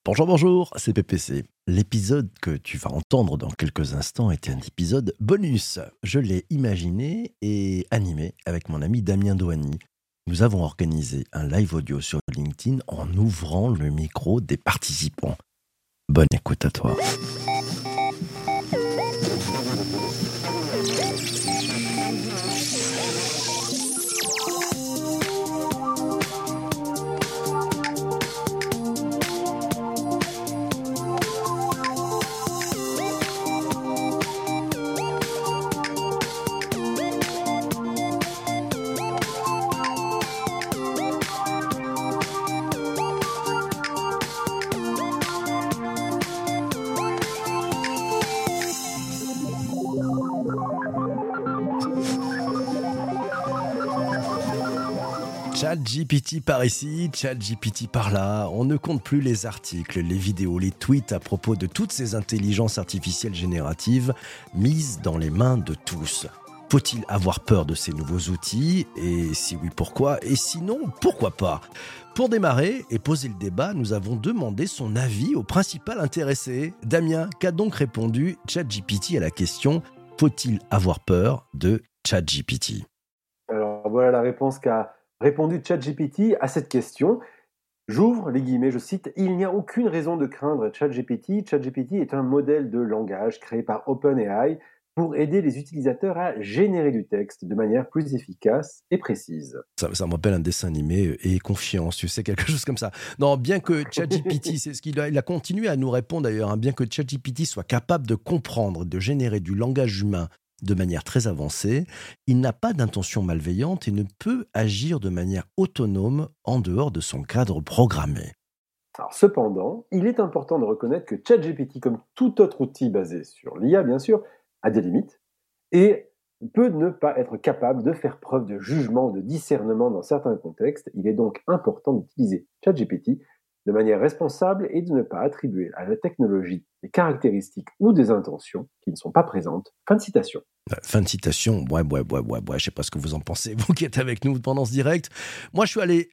Bonjour, bonjour, c'est PPC. L'épisode que tu vas entendre dans quelques instants est un épisode bonus. Je l'ai imaginé et animé avec mon ami Damien Dohany. Nous avons organisé un live audio sur LinkedIn en ouvrant le micro des participants. Bonne écoute à toi. ChatGPT par ici, ChatGPT par là, on ne compte plus les articles, les vidéos, les tweets à propos de toutes ces intelligences artificielles génératives mises dans les mains de tous. Faut-il avoir peur de ces nouveaux outils? Et si oui, pourquoi? Et sinon, pourquoi pas? Pour démarrer et poser le débat, nous avons demandé son avis au principal intéressé. Damien, qu'a donc répondu ChatGPT à la question « Faut-il avoir peur de ChatGPT ?» Alors voilà la réponse qu'a répondu ChatGPT à cette question. J'ouvre les guillemets, je cite, « Il n'y a aucune raison de craindre ChatGPT. ChatGPT est un modèle de langage créé par OpenAI pour aider les utilisateurs à générer du texte de manière plus efficace et précise. » Ça me rappelle un dessin animé et confiance, tu sais, quelque chose comme ça. Non, bien que ChatGPT, c'est ce il a continué à nous répondre d'ailleurs, hein, bien que ChatGPT soit capable de comprendre, de générer du langage humain de manière très avancée, il n'a pas d'intention malveillante et ne peut agir de manière autonome en dehors de son cadre programmé. Alors, cependant, il est important de reconnaître que ChatGPT, comme tout autre outil basé sur l'IA bien sûr, a des limites et peut ne pas être capable de faire preuve de jugement, de discernement dans certains contextes. Il est donc important d'utiliser ChatGPT de manière responsable et de ne pas attribuer à la technologie des caractéristiques ou des intentions qui ne sont pas présentes. Fin de citation. Fin de citation, ouais, je sais pas ce que vous en pensez, vous qui êtes avec nous pendant ce direct. Moi,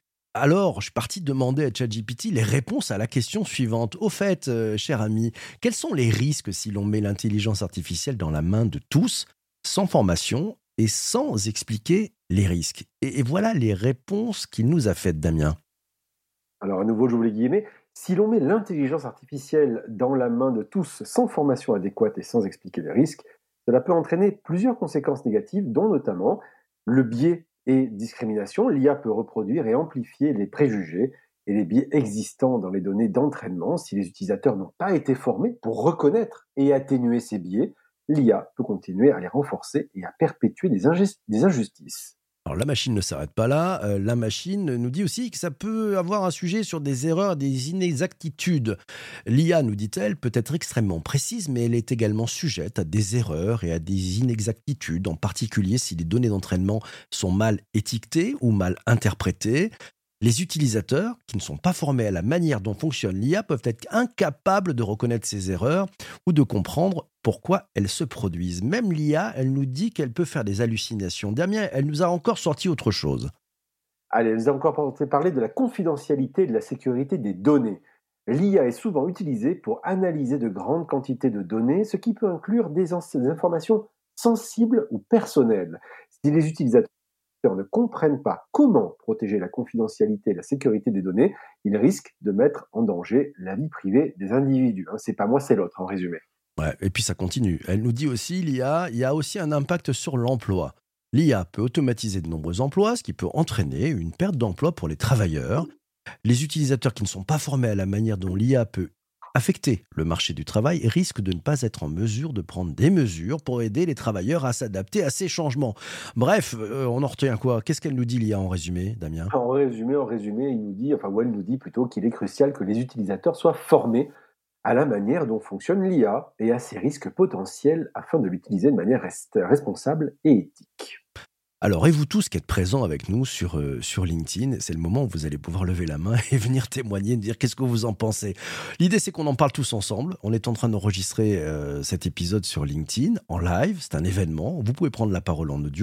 je suis parti demander à ChatGPT les réponses à la question suivante. Au fait, cher ami, quels sont les risques si l'on met l'intelligence artificielle dans la main de tous, sans formation et sans expliquer les risques? Et voilà les réponses qu'il nous a faites, Damien. Alors à nouveau, j'ouvre les guillemets, si l'on met l'intelligence artificielle dans la main de tous sans formation adéquate et sans expliquer les risques, cela peut entraîner plusieurs conséquences négatives, dont notamment le biais et discrimination. L'IA peut reproduire et amplifier les préjugés et les biais existants dans les données d'entraînement. Si les utilisateurs n'ont pas été formés pour reconnaître et atténuer ces biais, l'IA peut continuer à les renforcer et à perpétuer des injustices. Alors la machine ne s'arrête pas là, la machine nous dit aussi que ça peut avoir un sujet sur des erreurs, des inexactitudes. L'IA, nous dit-elle, peut être extrêmement précise, mais elle est également sujette à des erreurs et à des inexactitudes, en particulier si les données d'entraînement sont mal étiquetées ou mal interprétées. Les utilisateurs, qui ne sont pas formés à la manière dont fonctionne l'IA, peuvent être incapables de reconnaître ces erreurs ou de comprendre pourquoi elles se produisent. Même l'IA, elle nous dit qu'elle peut faire des hallucinations. Damien, elle nous a encore sorti autre chose. Allez, elle nous a encore parlé de la confidentialité et de la sécurité des données. L'IA est souvent utilisée pour analyser de grandes quantités de données, ce qui peut inclure des informations sensibles ou personnelles. Si les utilisateurs ne comprennent pas comment protéger la confidentialité et la sécurité des données, ils risquent de mettre en danger la vie privée des individus. C'est pas moi, c'est l'autre, en résumé. Ouais, et puis ça continue. Elle nous dit aussi, l'IA, il y a aussi un impact sur l'emploi. L'IA peut automatiser de nombreux emplois, ce qui peut entraîner une perte d'emploi pour les travailleurs. Les utilisateurs qui ne sont pas formés à la manière dont l'IA peut affecter le marché du travail risquent de ne pas être en mesure de prendre des mesures pour aider les travailleurs à s'adapter à ces changements. Bref, on en retient quoi? Qu'est-ce qu'elle nous dit, l'IA, en résumé, Damien? En résumé, il nous dit, ou elle nous dit plutôt qu'il est crucial que les utilisateurs soient formés à la manière dont fonctionne l'IA et à ses risques potentiels afin de l'utiliser de manière responsable et éthique. Alors, et vous tous qui êtes présents avec nous sur LinkedIn, c'est le moment où vous allez pouvoir lever la main et venir témoigner, dire qu'est-ce que vous en pensez. L'idée, c'est qu'on en parle tous ensemble. On est en train d'enregistrer cet épisode sur LinkedIn en live. C'est un événement. Vous pouvez prendre la parole en audio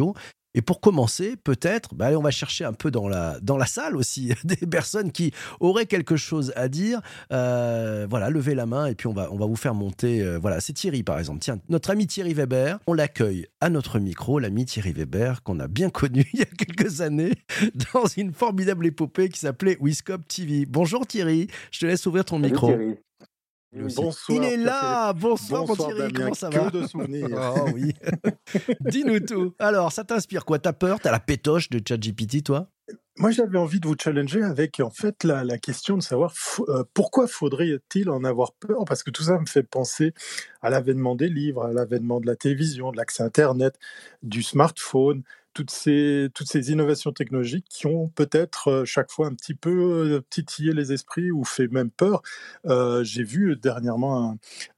Et pour commencer, peut-être, allez, on va chercher un peu dans la salle aussi des personnes qui auraient quelque chose à dire. Voilà, levez la main et puis on va vous faire monter. Voilà, c'est Thierry par exemple. Tiens, notre ami Thierry Weber, on l'accueille à notre micro, l'ami Thierry Weber qu'on a bien connu il y a quelques années dans une formidable épopée qui s'appelait Wiscop TV. Bonjour Thierry, je te laisse ouvrir ton Salut micro. Thierry. Bonsoir. Il est là. Bonsoir mon Bonsoir Thierry, Damien. comment ça va? Que de souvenirs. Oh oui. Dis-nous tout. Alors, ça t'inspire quoi? T'as peur? T'as la pétoche de ChatGPT, toi? Moi, j'avais envie de vous challenger avec en fait la question de savoir pourquoi faudrait-il en avoir peur, parce que tout ça me fait penser à l'avènement des livres, à l'avènement de la télévision, de l'accès Internet, du smartphone, toutes ces innovations technologiques qui ont peut-être chaque fois un petit peu titillé les esprits ou fait même peur. J'ai vu dernièrement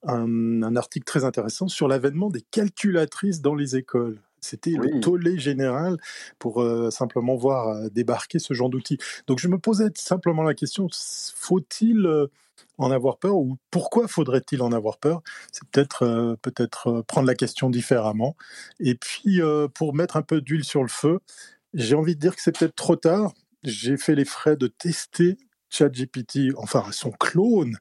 un article très intéressant sur l'avènement des calculatrices dans les écoles. C'était le tollé général pour simplement voir débarquer ce genre d'outils. Donc je me posais simplement la question, faut-il en avoir peur ou pourquoi faudrait-il en avoir peur? C'est peut-être prendre la question différemment. Et puis pour mettre un peu d'huile sur le feu, j'ai envie de dire que c'est peut-être trop tard. J'ai fait les frais de tester ChatGPT, enfin son clone,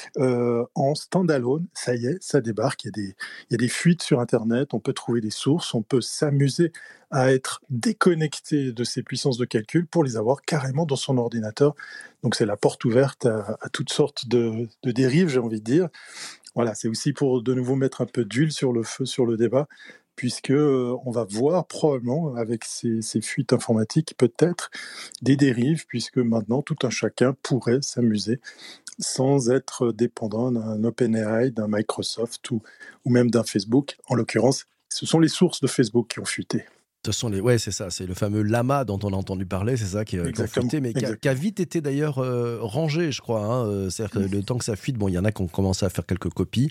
en standalone. Ça y est, ça débarque. Il y a des fuites sur Internet, on peut trouver des sources, on peut s'amuser à être déconnecté de ces puissances de calcul pour les avoir carrément dans son ordinateur. Donc c'est la porte ouverte à toutes sortes de dérives, j'ai envie de dire. Voilà, c'est aussi pour de nouveau mettre un peu d'huile sur le feu, sur le débat, puisque on va voir probablement avec ces fuites informatiques peut-être des dérives, puisque maintenant tout un chacun pourrait s'amuser sans être dépendant d'un OpenAI, d'un Microsoft ou même d'un Facebook. En l'occurrence, ce sont les sources de Facebook qui ont fuité. Ce sont ouais, c'est ça, c'est le fameux Lama dont on a entendu parler, c'est ça qui a fuité, mais qui a vite été d'ailleurs rangé, je crois. Hein. C'est-à-dire que le temps que ça fuite, bon, il y en a qui ont commencé à faire quelques copies,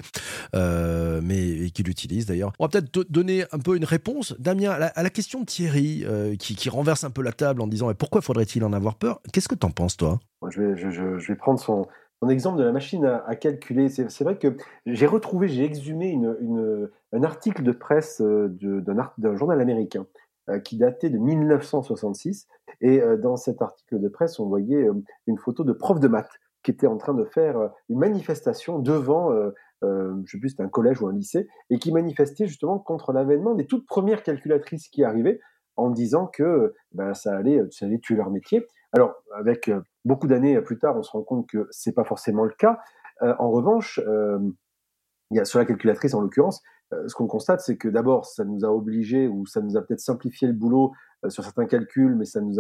et qui l'utilisent d'ailleurs. On va peut-être donner un peu une réponse, Damien, à la question de Thierry, qui renverse un peu la table en disant pourquoi faudrait-il en avoir peur? Qu'est-ce que t'en penses, toi? Je vais prendre son exemple de la machine à calculer. C'est vrai que j'ai exhumé un article de presse d'un journal américain qui datait de 1966. Et dans cet article de presse, on voyait une photo de prof de maths qui était en train de faire une manifestation devant, je ne sais plus, c'était un collège ou un lycée, et qui manifestait justement contre l'avènement des toutes premières calculatrices qui arrivaient, en disant que ça allait tuer leur métier. Alors, avec beaucoup d'années plus tard, on se rend compte que c'est pas forcément le cas. En revanche, il y a sur la calculatrice en l'occurrence, ce qu'on constate, c'est que d'abord, ça nous a obligés ou ça nous a peut-être simplifié le boulot sur certains calculs, mais ça nous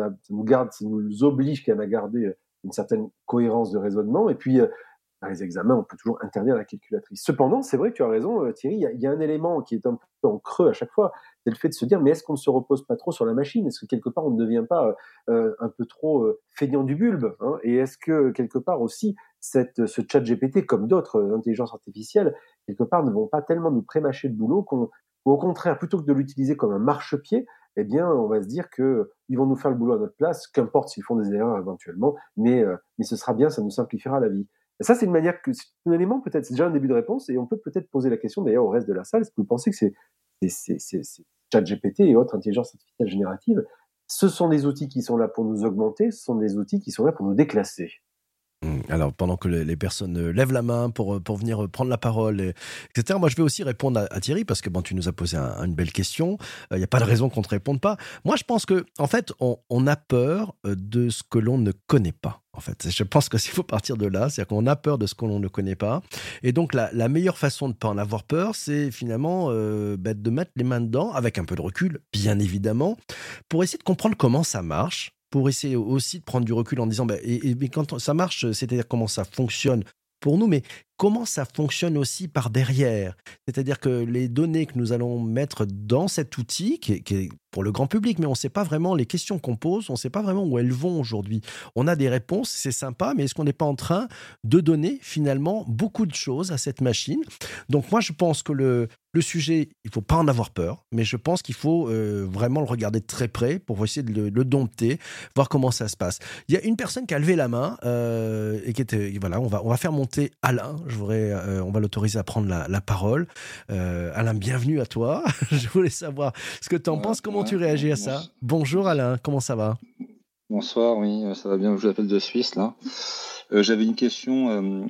oblige quand même à garder une certaine cohérence de raisonnement. Et puis, dans les examens, on peut toujours interdire la calculatrice. Cependant, c'est vrai que tu as raison, Thierry, il y a un élément qui est un peu en creux à chaque fois, c'est le fait de se dire, mais est-ce qu'on ne se repose pas trop sur la machine? Est-ce que quelque part, on ne devient pas un peu trop feignant du bulbe, hein? Et est-ce que quelque part aussi, ce chat GPT, comme d'autres intelligences artificielles, quelque part ne vont pas tellement nous prémâcher le boulot qu'au contraire, plutôt que de l'utiliser comme un marchepied, eh bien, on va se dire qu'ils vont nous faire le boulot à notre place, qu'importe s'ils font des erreurs éventuellement, mais ce sera bien, ça nous simplifiera la vie. Et ça, c'est un élément peut-être, c'est déjà un début de réponse, et on peut peut-être poser la question d'ailleurs au reste de la salle, est-ce que vous pensez que c'est ChatGPT et autres intelligences artificielles génératives, ce sont des outils qui sont là pour nous augmenter, ce sont des outils qui sont là pour nous déclasser? Alors, pendant que les personnes lèvent la main pour venir prendre la parole, etc., moi, je vais aussi répondre à Thierry, parce que tu nous as posé une belle question. Il n'y a pas de raison qu'on ne te réponde pas. Moi, je pense qu'en fait, on a peur de ce que l'on ne connaît pas. En fait, je pense qu'il faut partir de là, c'est-à-dire qu'on a peur de ce que l'on ne connaît pas. Et donc, la meilleure façon de ne pas en avoir peur, c'est finalement de mettre les mains dedans, avec un peu de recul, bien évidemment, pour essayer de comprendre comment ça marche, pour essayer aussi de prendre du recul en disant, mais quand ça marche, c'est-à-dire comment ça fonctionne pour nous, mais comment ça fonctionne aussi par derrière. C'est-à-dire que les données que nous allons mettre dans cet outil, qui est pour le grand public, mais on ne sait pas vraiment les questions qu'on pose, on ne sait pas vraiment où elles vont aujourd'hui. On a des réponses, c'est sympa, mais est-ce qu'on n'est pas en train de donner finalement beaucoup de choses à cette machine? Donc moi, je pense que le sujet, il ne faut pas en avoir peur, mais je pense qu'il faut vraiment le regarder de très près pour essayer de le dompter, voir comment ça se passe. Il y a une personne qui a levé la main et qui était, voilà, on va faire monter Alain. On va l'autoriser à prendre la parole. Alain, bienvenue à toi. Je voulais savoir ce que tu en penses. Comment tu réagis à ça? Bonjour Alain, comment ça va? Bonsoir, oui, ça va bien. Je vous appelle de Suisse, là. J'avais une question.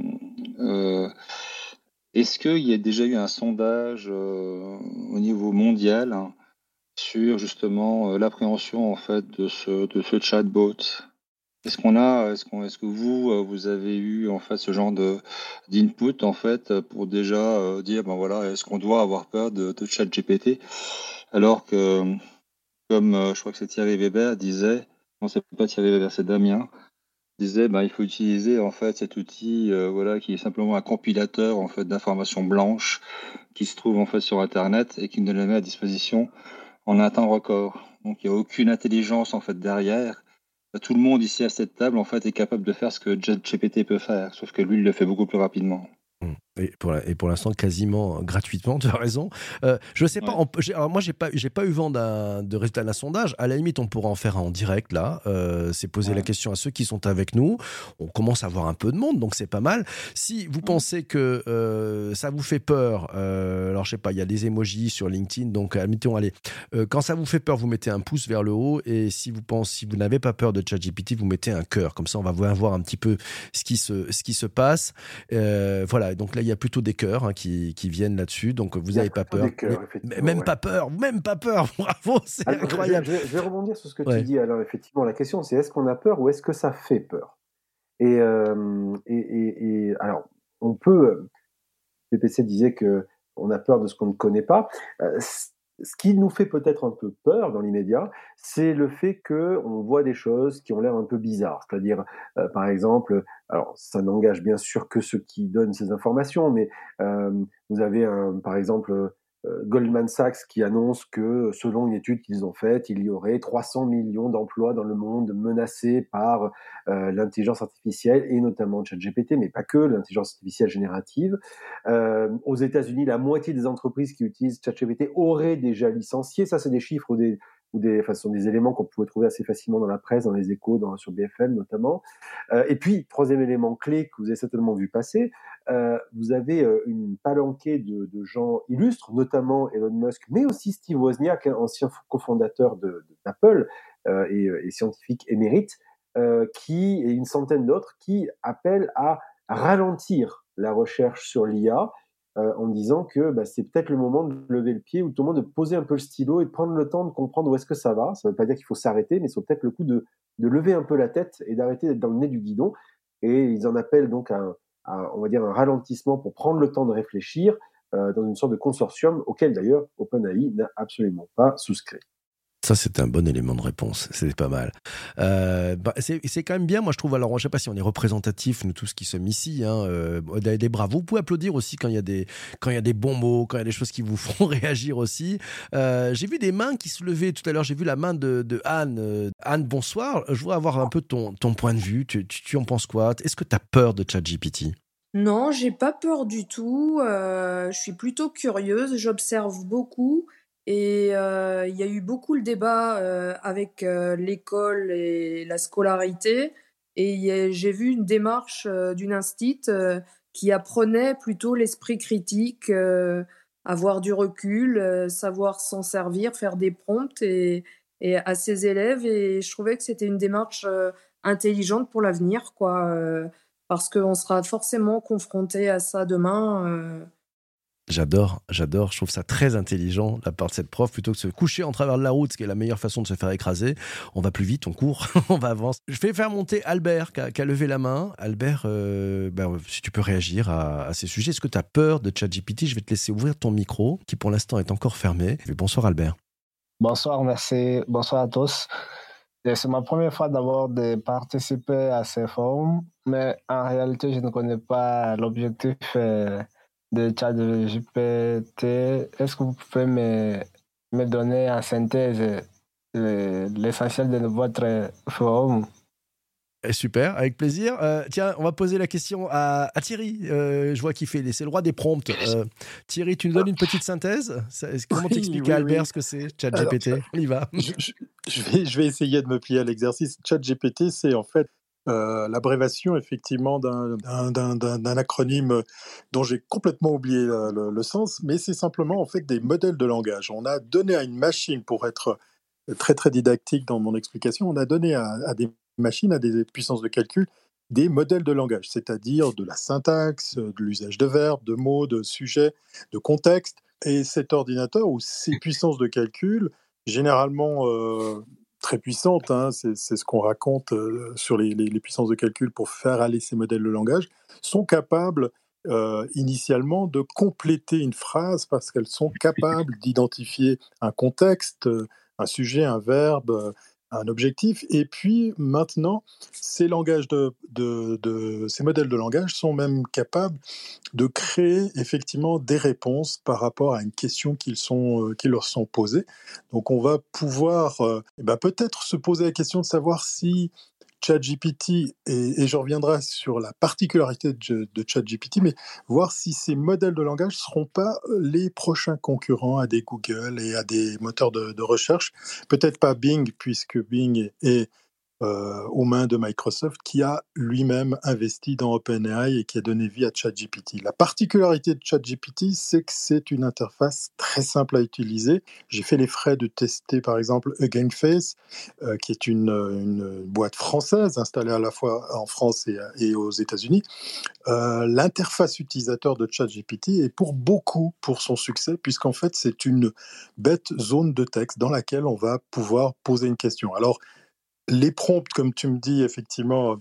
Est-ce qu'il y a déjà eu un sondage au niveau mondial, hein, sur justement l'appréhension en fait de ce chatbot? Est-ce que vous avez eu en fait ce genre d'input en fait pour déjà dire ben voilà, est-ce qu'on doit avoir peur de ChatGPT, alors que comme je crois que c'est Thierry Weber disait, non, c'est pas Thierry Weber, c'est Damien, disait ben il faut utiliser en fait cet outil voilà, qui est simplement un compilateur en fait d'informations blanches qui se trouve en fait sur internet et qui ne les met à disposition en un temps record. Donc il n'y a aucune intelligence en fait derrière. Tout le monde ici à cette table en fait est capable de faire ce que ChatGPT peut faire, sauf que lui il le fait beaucoup plus rapidement. Et pour l'instant, quasiment gratuitement, tu as raison. Je sais pas, alors moi, j'ai pas eu vent de résultat d'un sondage. À la limite, on pourra en faire un en direct, là. C'est poser la question à ceux qui sont avec nous. On commence à avoir un peu de monde, donc c'est pas mal. Si vous pensez que ça vous fait peur, alors je sais pas, il y a des emojis sur LinkedIn, donc admettons, allez, quand ça vous fait peur, vous mettez un pouce vers le haut, et si vous n'avez pas peur de ChatGPT, vous mettez un cœur. Comme ça, on va voir un petit peu ce qui se passe. Voilà, donc là, il y a plutôt des cœurs qui viennent là-dessus, donc vous n'avez pas peur. Même pas peur, bravo, c'est incroyable. Je vais rebondir sur ce que tu dis. Alors effectivement, la question c'est est-ce qu'on a peur ou est-ce que ça fait peur? Et alors, on peut... PPC disait qu'on a peur de ce qu'on ne connaît pas. Ce qui nous fait peut-être un peu peur dans l'immédiat, c'est le fait qu'on voit des choses qui ont l'air un peu bizarres. C'est-à-dire, par exemple, alors ça n'engage bien sûr que ceux qui donnent ces informations, mais vous avez par exemple Goldman Sachs qui annonce que selon une étude qu'ils ont faite, il y aurait 300 millions d'emplois dans le monde menacés par l'intelligence artificielle et notamment ChatGPT, mais pas que, l'intelligence artificielle générative. Aux États-Unis, la moitié des entreprises qui utilisent ChatGPT auraient déjà licencié. Ça, c'est des chiffres ce sont des éléments qu'on pouvait trouver assez facilement dans la presse, dans les échos, sur BFM notamment. Et puis, troisième élément clé que vous avez certainement vu passer, vous avez une palanquée de gens illustres, notamment Elon Musk, mais aussi Steve Wozniak, ancien cofondateur d'Apple et scientifique émérite, et une centaine d'autres qui appellent à ralentir la recherche sur l'IA en disant que c'est peut-être le moment de lever le pied ou tout le monde de poser un peu le stylo et de prendre le temps de comprendre où est-ce que ça va. Ça ne veut pas dire qu'il faut s'arrêter, mais c'est peut-être le coup de lever un peu la tête et d'arrêter d'être dans le nez du guidon. Et ils en appellent donc on va dire un ralentissement pour prendre le temps de réfléchir dans une sorte de consortium auquel d'ailleurs OpenAI n'a absolument pas souscrit. Ça, c'est un bon élément de réponse. C'est pas mal. C'est quand même bien, moi, je trouve. Alors, je ne sais pas si on est représentatif, nous tous qui sommes ici, des bravos. Vous pouvez applaudir aussi quand il y a des bons mots, quand il y a des choses qui vous font réagir aussi. J'ai vu des mains qui se levaient tout à l'heure. J'ai vu la main de Anne. Anne, bonsoir. Je voudrais avoir un peu ton point de vue. Tu en penses quoi? Est-ce que tu as peur de ChatGPT? Non, j'ai pas peur du tout. Je suis plutôt curieuse. J'observe beaucoup. Et il y a eu beaucoup le débat avec l'école et la scolarité. Et j'ai vu une démarche d'une instit qui apprenait plutôt l'esprit critique, avoir du recul, savoir s'en servir, faire des prompts et à ses élèves. Et je trouvais que c'était une démarche intelligente pour l'avenir, quoi, parce qu'on sera forcément confronté à ça demain. J'adore, je trouve ça très intelligent de la part de cette prof, plutôt que de se coucher en travers de la route, ce qui est la meilleure façon de se faire écraser. On va plus vite, on court, on va avancer. Je vais faire monter Albert, qui a levé la main. Albert, si tu peux réagir à ces sujets. Est-ce que tu as peur de ChatGPT? Je vais te laisser ouvrir ton micro, qui pour l'instant est encore fermé. Bonsoir Albert. Bonsoir, merci. Bonsoir à tous. C'est ma première fois d'abord de participer à ces forums, mais en réalité, je ne connais pas l'objectif de ChatGPT. Est-ce que vous pouvez me donner en synthèse l'essentiel de votre forum? Super, avec plaisir. Tiens, on va poser la question à Thierry. Je vois qu'il c'est le roi des prompts. Thierry, tu nous donnes une petite synthèse? Comment t'expliques à Albert ce que c'est ChatGPT? On y va. Je vais essayer de me plier à l'exercice. ChatGPT, c'est en fait l'abréviation effectivement d'un acronyme dont j'ai complètement oublié le sens, mais c'est simplement en fait des modèles de langage. On a donné à une machine, pour être très très didactique dans mon explication, on a donné à des machines, à des puissances de calcul, des modèles de langage, c'est-à-dire de la syntaxe, de l'usage de verbes, de mots, de sujets, de contexte. Et cet ordinateur ou ces puissances de calcul, généralement très puissantes, hein, c'est ce qu'on raconte sur les puissances de calcul pour faire aller ces modèles de langage, sont capables initialement de compléter une phrase parce qu'elles sont capables d'identifier un contexte, un sujet, un verbe, un objectif. Et puis maintenant, ces modèles de langage sont même capables de créer effectivement des réponses par rapport à une question qui leur sont posées. Donc on va pouvoir peut-être se poser la question de savoir si ChatGPT, et je reviendrai sur la particularité de ChatGPT, mais voir si ces modèles de langage ne seront pas les prochains concurrents à des Google et à des moteurs de recherche. Peut-être pas Bing, puisque Bing est aux mains de Microsoft, qui a lui-même investi dans OpenAI et qui a donné vie à ChatGPT. La particularité de ChatGPT, c'est que c'est une interface très simple à utiliser. J'ai fait les frais de tester, par exemple, Hugging Face, qui est une boîte française installée à la fois en France et aux États-Unis. L'interface utilisateur de ChatGPT est pour beaucoup pour son succès, puisqu'en fait, c'est une bête zone de texte dans laquelle on va pouvoir poser une question. Alors, les prompts, comme tu me dis, effectivement,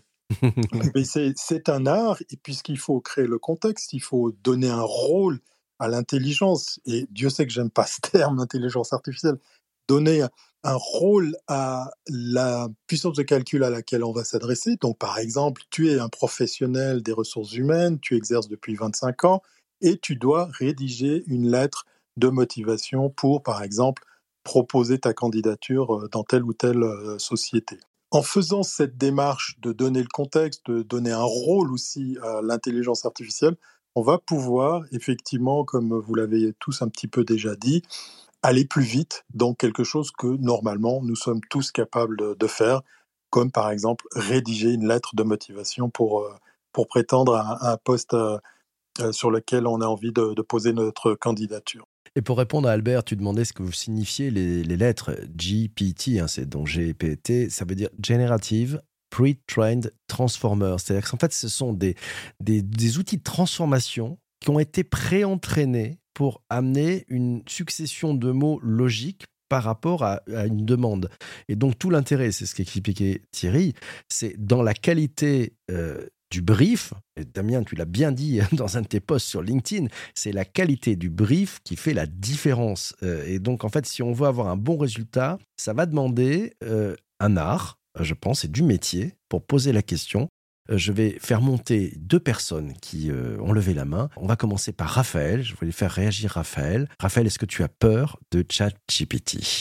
c'est un art, et puisqu'il faut créer le contexte, il faut donner un rôle à l'intelligence, et Dieu sait que j'aime pas ce terme, intelligence artificielle, donner un rôle à la puissance de calcul à laquelle on va s'adresser. Donc, par exemple, tu es un professionnel des ressources humaines, tu exerces depuis 25 ans, et tu dois rédiger une lettre de motivation pour, par exemple, proposer ta candidature dans telle ou telle société. En faisant cette démarche de donner le contexte, de donner un rôle aussi à l'intelligence artificielle, on va pouvoir effectivement, comme vous l'avez tous un petit peu déjà dit, aller plus vite dans quelque chose que normalement nous sommes tous capables de faire, comme par exemple rédiger une lettre de motivation pour prétendre à un poste sur lequel on a envie de poser notre candidature. Et pour répondre à Albert, tu demandais ce que vous signifiez les lettres GPT, hein, c'est donc GPT, ça veut dire Generative Pre-Trained Transformer. C'est-à-dire qu'en fait, ce sont des outils de transformation qui ont été pré-entraînés pour amener une succession de mots logiques par rapport à une demande. Et donc, tout l'intérêt, c'est ce qu'expliquait Thierry, c'est dans la qualité du brief, et Damien, tu l'as bien dit dans un de tes posts sur LinkedIn, c'est la qualité du brief qui fait la différence. Et donc, en fait, si on veut avoir un bon résultat, ça va demander un art, je pense, et du métier pour poser la question. Je vais faire monter 2 personnes qui ont levé la main. On va commencer par Raphaël. Je vais faire réagir Raphaël. Raphaël, est-ce que tu as peur de ChatGPT ?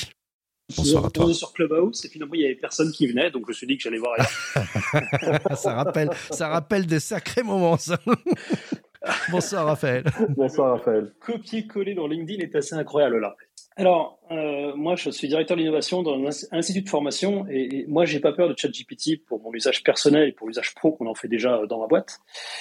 Bonsoir à toi. Sur Clubhouse et finalement il n'y avait personne qui venait, donc je me suis dit que j'allais voir ailleurs. ça rappelle des sacrés moments, ça. Bonsoir Raphaël. Bonsoir Raphaël. Copier-coller dans LinkedIn est assez incroyable là. Alors, moi je suis directeur de l'innovation dans un institut de formation et moi j'ai pas peur de ChatGPT pour mon usage personnel et pour l'usage pro qu'on en fait déjà dans ma boîte.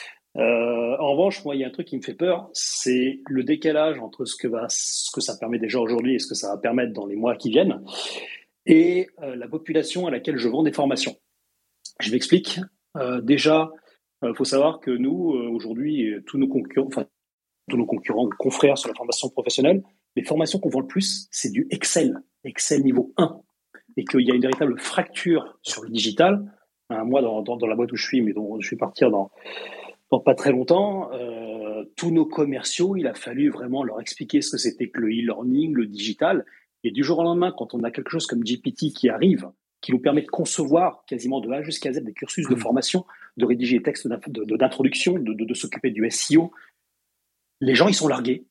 En revanche, moi, il y a un truc qui me fait peur, c'est le décalage entre ce que ça permet déjà aujourd'hui et ce que ça va permettre dans les mois qui viennent, et la population à laquelle je vends des formations. Je m'explique. Déjà, faut savoir que nous, aujourd'hui, tous nos concurrents, confrères sur la formation professionnelle, les formations qu'on vend le plus, c'est du Excel niveau 1, et qu'il y a une véritable fracture sur le digital. Moi, dans la boîte où je suis, mais dont je vais partir dans pas très longtemps, tous nos commerciaux, il a fallu vraiment leur expliquer ce que c'était que le e-learning, le digital. Et du jour au lendemain, quand on a quelque chose comme GPT qui arrive, qui nous permet de concevoir quasiment de A jusqu'à Z des cursus de formation, de rédiger des textes d'introduction, de s'occuper du SEO, les gens, ils sont largués.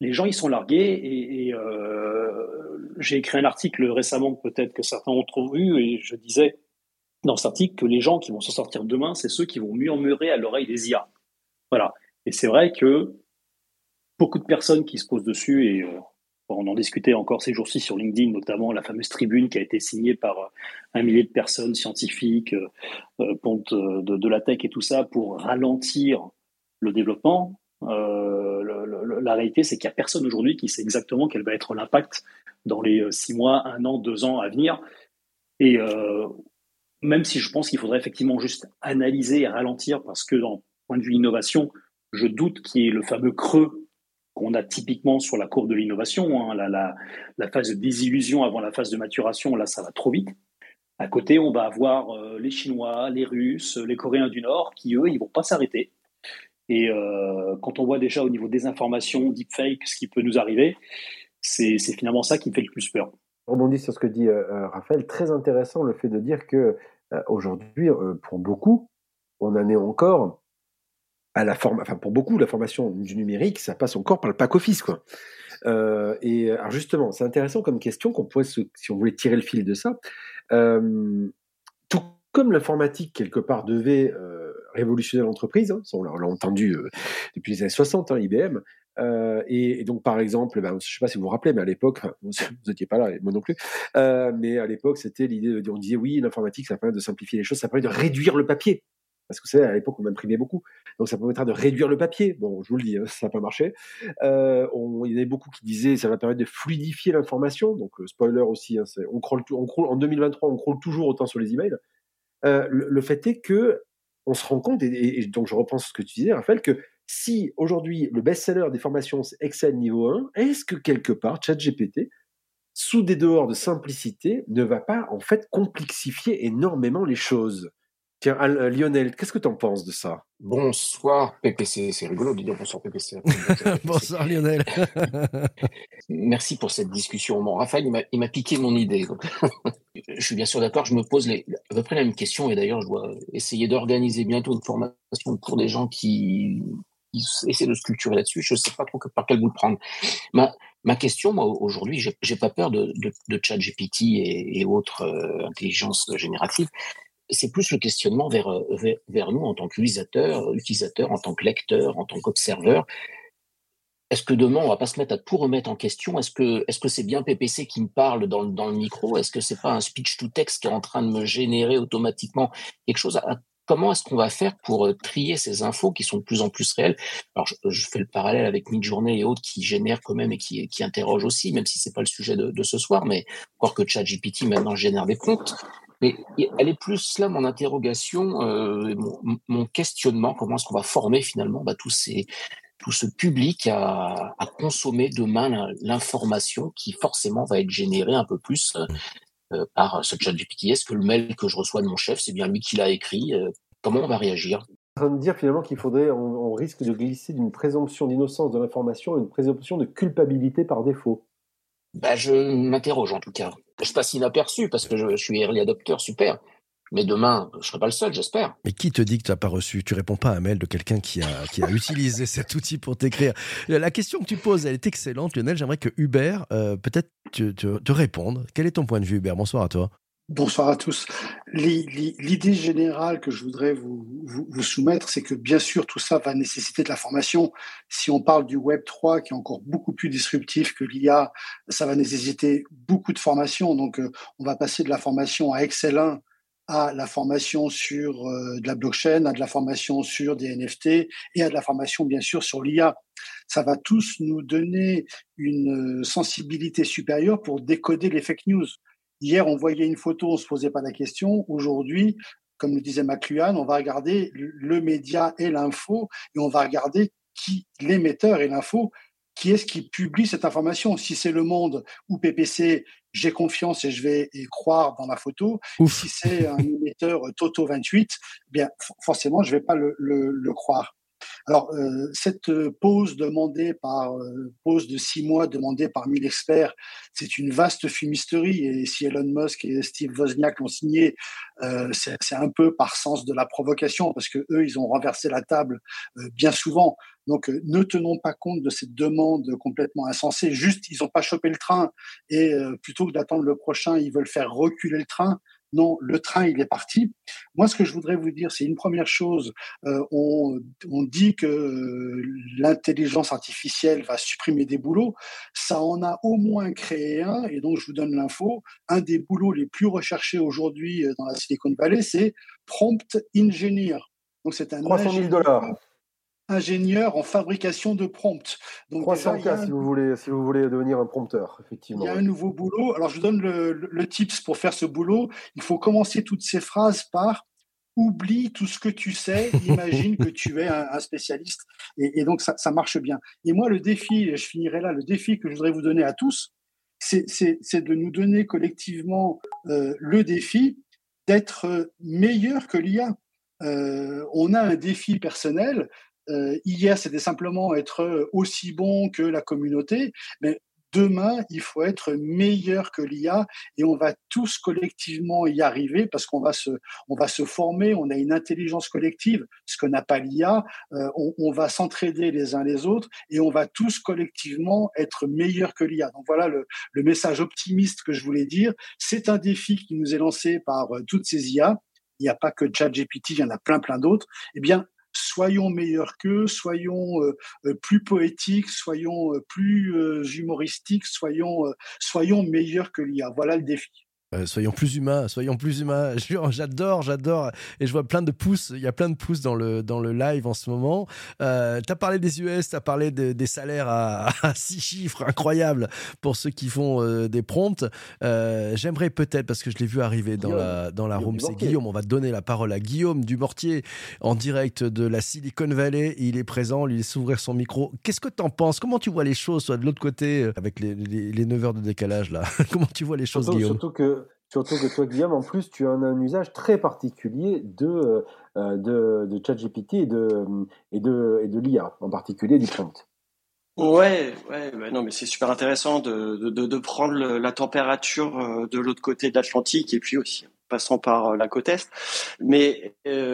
Et j'ai écrit un article récemment, peut-être que certains ont vu, et je disais dans cet article que les gens qui vont s'en sortir demain, c'est ceux qui vont murmurer à l'oreille des IA. Voilà. Et c'est vrai que beaucoup de personnes qui se posent dessus, et On en discutait encore ces jours-ci sur LinkedIn, notamment la fameuse tribune qui a été signée par 1 millier de personnes, scientifiques, pontes de la tech et tout ça, pour ralentir le développement. La réalité, c'est qu'il n'y a personne aujourd'hui qui sait exactement quel va être l'impact dans les 6 mois, 1 an, 2 ans à venir. Et même si je pense qu'il faudrait effectivement juste analyser et ralentir, parce que d'un point de vue innovation, je doute qu'il y ait le fameux creux qu'on a typiquement sur la courbe de l'innovation, hein, la phase de désillusion avant la phase de maturation, là, ça va trop vite. À côté, on va avoir les Chinois, les Russes, les Coréens du Nord, qui, eux, ils vont pas s'arrêter. Et quand on voit déjà au niveau des informations, deepfake, ce qui peut nous arriver, c'est finalement ça qui me fait le plus peur. Je rebondis sur ce que dit Raphaël. Très intéressant le fait de dire que aujourd'hui, pour beaucoup, on en est encore à la pour beaucoup, la formation du numérique, ça passe encore par le pack office, quoi. Et alors justement, c'est intéressant comme question qu'on pourrait, si on voulait tirer le fil de ça, tout comme l'informatique quelque part devait révolutionner l'entreprise, hein, ça on l'a entendu depuis les années 60, hein, IBM. Et donc par exemple, je ne sais pas si vous vous rappelez, mais à l'époque, vous n'étiez pas là, et moi non plus, mais à l'époque c'était l'idée, on disait oui, l'informatique ça permet de simplifier les choses, ça permet de réduire le papier. Parce que vous savez, à l'époque, on imprimait beaucoup. Donc, ça permettra de réduire le papier. Bon, je vous le dis, hein, ça n'a pas marché. Il y en avait beaucoup qui disaient ça va permettre de fluidifier l'information. Donc, spoiler aussi, hein, on croule en 2023, on croule toujours autant sur les emails. Le fait est que on se rend compte, et donc je reprends ce que tu disais, Raphaël, que si aujourd'hui, le best-seller des formations, c'est Excel niveau 1, est-ce que quelque part, ChatGPT, sous des dehors de simplicité, ne va pas en fait complexifier énormément les choses? Tiens, Lionel, qu'est-ce que tu en penses de ça? Bonsoir PPC, c'est rigolo de dire bonsoir PPC. Bonsoir Lionel. Merci pour cette discussion. Bon, Raphaël, il m'a piqué mon idée. Donc. Je suis bien sûr d'accord, je me pose à peu près la même question, et d'ailleurs je dois essayer d'organiser bientôt une formation pour des gens qui essaient de se culturer là-dessus. Je ne sais pas trop par quel bout le prendre. Ma question, moi, aujourd'hui, j'ai pas peur de ChatGPT et autres intelligences génératives. C'est plus le questionnement vers nous en tant qu'utilisateurs, en tant que lecteurs, en tant qu'observateurs. Est-ce que demain, on va pas se mettre à tout remettre en question? Est-ce que c'est bien PPC qui me parle dans le micro? Est-ce que c'est pas un speech-to-text qui est en train de me générer automatiquement quelque chose? Comment est-ce qu'on va faire pour trier ces infos qui sont de plus en plus réelles? Alors, je fais le parallèle avec Midjourney et autres qui génèrent quand même et qui interrogent aussi, même si c'est pas le sujet de ce soir, mais encore que ChatGPT maintenant génère des prompts. Mais elle est plus là, mon interrogation, mon questionnement, comment est-ce qu'on va former finalement tout ce public à consommer demain l'information qui forcément va être générée un peu plus par ce ChatGPT. Est-ce que le mail que je reçois de mon chef, c'est bien lui qui l'a écrit? Comment on va réagir? En train de dire finalement qu'il faudrait, on risque de glisser d'une présomption d'innocence de l'information à une présomption de culpabilité par défaut. Je m'interroge en tout cas. Je passe inaperçu parce que je suis early adopter, super. Mais demain, je ne serai pas le seul, j'espère. Mais qui te dit que tu n'as pas reçu? Tu réponds pas à un mail de quelqu'un qui a utilisé cet outil pour t'écrire. La question que tu poses, elle est excellente, Lionel. J'aimerais que Hubert, peut-être, te réponde. Quel est ton point de vue, Hubert? Bonsoir à toi. Bonsoir à tous. L'idée générale que je voudrais vous soumettre, c'est que bien sûr, tout ça va nécessiter de la formation. Si on parle du Web 3, qui est encore beaucoup plus disruptif que l'IA, ça va nécessiter beaucoup de formation. Donc, on va passer de la formation à Excel 1 à la formation sur de la blockchain, à de la formation sur des NFT et à de la formation, bien sûr, sur l'IA. Ça va tous nous donner une sensibilité supérieure pour décoder les fake news. Hier, on voyait une photo, on se posait pas la question. Aujourd'hui, comme le disait McLuhan, on va regarder le média et l'info et on va regarder qui l'émetteur et l'info, qui est-ce qui publie cette information. Si c'est Le Monde ou PPC, j'ai confiance et je vais y croire dans la photo. Si c'est un émetteur Toto 28, bien forcément, je vais pas le croire. Alors, cette pause de 6 mois demandée par 1000 experts, c'est une vaste fumisterie. Et si Elon Musk et Steve Wozniak l'ont signé, c'est un peu par sens de la provocation, parce que eux, ils ont renversé la table bien souvent. Donc, ne tenons pas compte de cette demande complètement insensée. Juste, ils n'ont pas chopé le train et plutôt que d'attendre le prochain, ils veulent faire reculer le train. Non, le train, il est parti. Moi, ce que je voudrais vous dire, c'est une première chose. On dit que l'intelligence artificielle va supprimer des boulots. Ça en a au moins créé un, et donc je vous donne l'info. Un des boulots les plus recherchés aujourd'hui dans la Silicon Valley, c'est prompt engineer. Donc c'est un 300 000 $ ingénieur en fabrication de prompts. Donc 300K si vous voulez devenir un prompteur, effectivement. Il y a un nouveau boulot. Alors, je vous donne le tips pour faire ce boulot. Il faut commencer toutes ces phrases par « oublie tout ce que tu sais, imagine que tu es un spécialiste ». Et donc, ça marche bien. Et moi, le défi, et je finirai là, le défi que je voudrais vous donner à tous, c'est de nous donner collectivement le défi d'être meilleur que l'IA. On a un défi personnel. Hier, c'était simplement être aussi bon que la communauté, mais demain, il faut être meilleur que l'IA et on va tous collectivement y arriver parce qu'on va se former, on a une intelligence collective, ce que n'a pas l'IA, on va s'entraider les uns les autres et on va tous collectivement être meilleurs que l'IA. Donc voilà le message optimiste que je voulais dire. C'est un défi qui nous est lancé par toutes ces IA. Il n'y a pas que ChatGPT, il y en a plein d'autres. Eh bien, soyons meilleurs qu'eux, soyons plus poétiques, soyons plus humoristiques, soyons meilleurs que l'IA. Voilà le défi. Soyons plus humains. J'adore. Et je vois plein de pouces. Il y a plein de pouces dans le live en ce moment. T'as parlé des US, t'as parlé des salaires à 6 chiffres incroyables pour ceux qui font des prompts. J'aimerais peut-être, parce que je l'ai vu arriver dans la room, c'est Guillaume. On va donner la parole à Guillaume Dumortier en direct de la Silicon Valley. Il est présent, lui, il laisse ouvrir son micro. Qu'est-ce que t'en penses? Comment tu vois les choses, soit de l'autre côté, avec les 9 heures de décalage là? Comment tu vois les choses, Guillaume? Surtout que toi, Guillaume, en plus, tu as un usage très particulier de ChatGPT et de l'IA, en particulier du prompt. Ouais, non, mais c'est super intéressant de prendre la température de l'autre côté de l'Atlantique et puis aussi passant par la côte est. Mais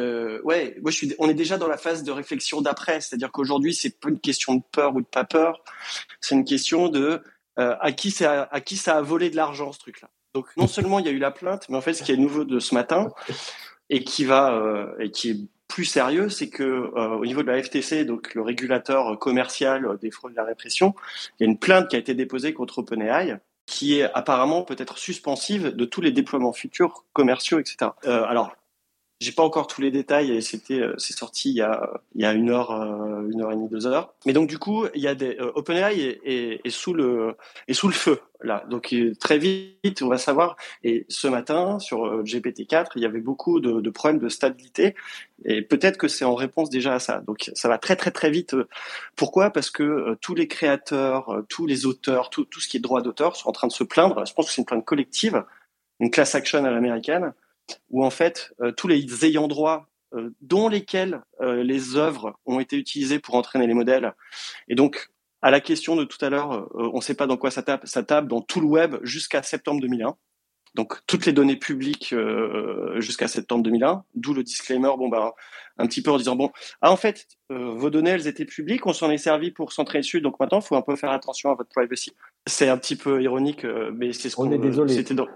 on est déjà dans la phase de réflexion d'après, c'est-à-dire qu'aujourd'hui c'est pas une question de peur ou de pas peur, c'est une question de à qui ça a volé de l'argent ce truc-là. Donc non seulement il y a eu la plainte, mais en fait ce qui est nouveau de ce matin et qui est plus sérieux, c'est que au niveau de la FTC, donc le régulateur commercial des fraudes et de la répression, il y a une plainte qui a été déposée contre OpenAI, qui est apparemment peut-être suspensive de tous les déploiements futurs commerciaux, etc. Alors, j'ai pas encore tous les détails et c'est sorti il y a 1 heure, 1 heure et demie, 2 heures. Mais donc du coup, il y a OpenAI est sous le feu là. Donc très vite, on va savoir. Et ce matin sur GPT-4, il y avait beaucoup de problèmes de stabilité et peut-être que c'est en réponse déjà à ça. Donc ça va très très très vite. Pourquoi? Parce que tous les créateurs, tous les auteurs, tout ce qui est droit d'auteur sont en train de se plaindre. Je pense que c'est une plainte collective, une class action à l'américaine, où en fait tous les ayants droit dont lesquels les œuvres ont été utilisées pour entraîner les modèles. Et donc à la question de tout à l'heure, on ne sait pas dans quoi ça tape dans tout le web jusqu'à septembre 2001. Donc toutes les données publiques jusqu'à septembre 2001, d'où le disclaimer, un petit peu en disant en fait vos données elles étaient publiques, on s'en est servi pour s'entraîner dessus, donc maintenant il faut un peu faire attention à votre privacy. C'est un petit peu ironique, mais c'est ce qu'on est désolé. C'était dans...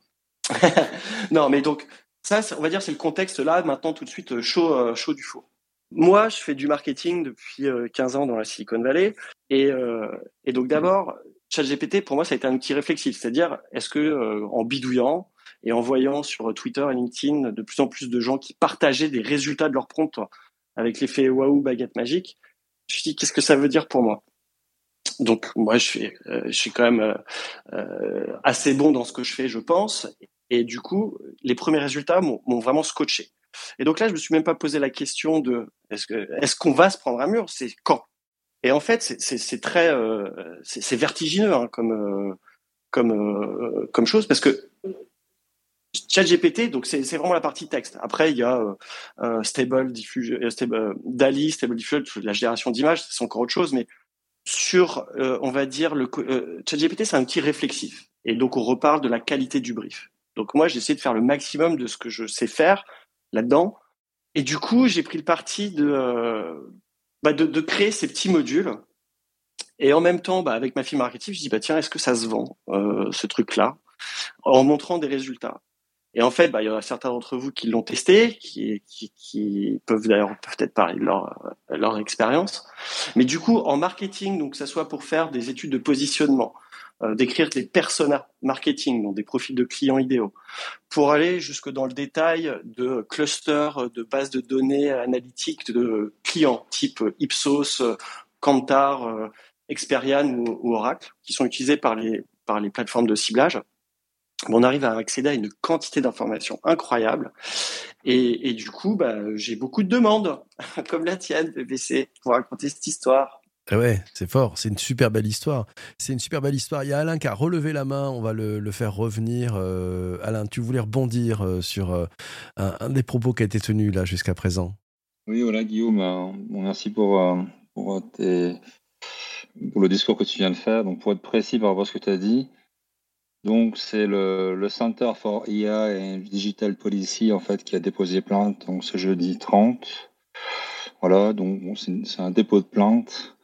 Non, mais donc ça, on va dire, c'est le contexte là, maintenant tout de suite chaud du four. Moi, je fais du marketing depuis 15 ans dans la Silicon Valley, et donc d'abord, ChatGPT pour moi ça a été un outil réflexif, c'est-à-dire est-ce que en bidouillant et en voyant sur Twitter et LinkedIn de plus en plus de gens qui partageaient des résultats de leur prompt avec l'effet waouh baguette magique, je me suis dit qu'est-ce que ça veut dire pour moi. Donc moi je suis quand même assez bon dans ce que je fais, je pense. Et du coup, les premiers résultats m'ont vraiment scotché. Et donc là, je me suis même pas posé la question de est-ce qu'on va se prendre un mur, c'est quand. Et en fait, c'est très c'est vertigineux hein, comme chose parce que ChatGPT, donc c'est vraiment la partie texte. Après, il y a Stable Diffusion, DALL-E, Stable Diffusion, la génération d'images, c'est encore autre chose, mais sur, on va dire, ChatGPT, c'est un outil réflexif. Et donc, on reparle de la qualité du brief. Donc, moi, j'ai essayé de faire le maximum de ce que je sais faire là-dedans. Et du coup, j'ai pris le parti de créer ces petits modules. Et en même temps, avec ma fille marketing, je dis, tiens, est-ce que ça se vend, ce truc-là, en montrant des résultats. Et en fait, il y en a certains d'entre vous qui l'ont testé, qui peuvent d'ailleurs peut-être parler de leur expérience. Mais du coup, en marketing, donc que ça soit pour faire des études de positionnement, d'écrire des personas marketing, donc des profils de clients idéaux, pour aller jusque dans le détail de clusters, de bases de données analytiques de clients, type Ipsos, Kantar, Experian ou Oracle, qui sont utilisés par les plateformes de ciblage. On arrive à accéder à une quantité d'informations incroyable. Et du coup, j'ai beaucoup de demandes, comme la tienne, PPC, pour raconter cette histoire. Ah ouais, c'est fort, c'est une super belle histoire. C'est une super belle histoire. Il y a Alain qui a relevé la main, on va le faire revenir. Alain, tu voulais rebondir sur un des propos qui a été tenu là jusqu'à présent. Oui, voilà, Guillaume, merci pour le discours que tu viens de faire. Donc, pour être précis par rapport à ce que tu as dit, donc c'est le Center for IA and Digital Policy en fait qui a déposé plainte donc ce jeudi 30. Voilà, donc c'est un dépôt de plainte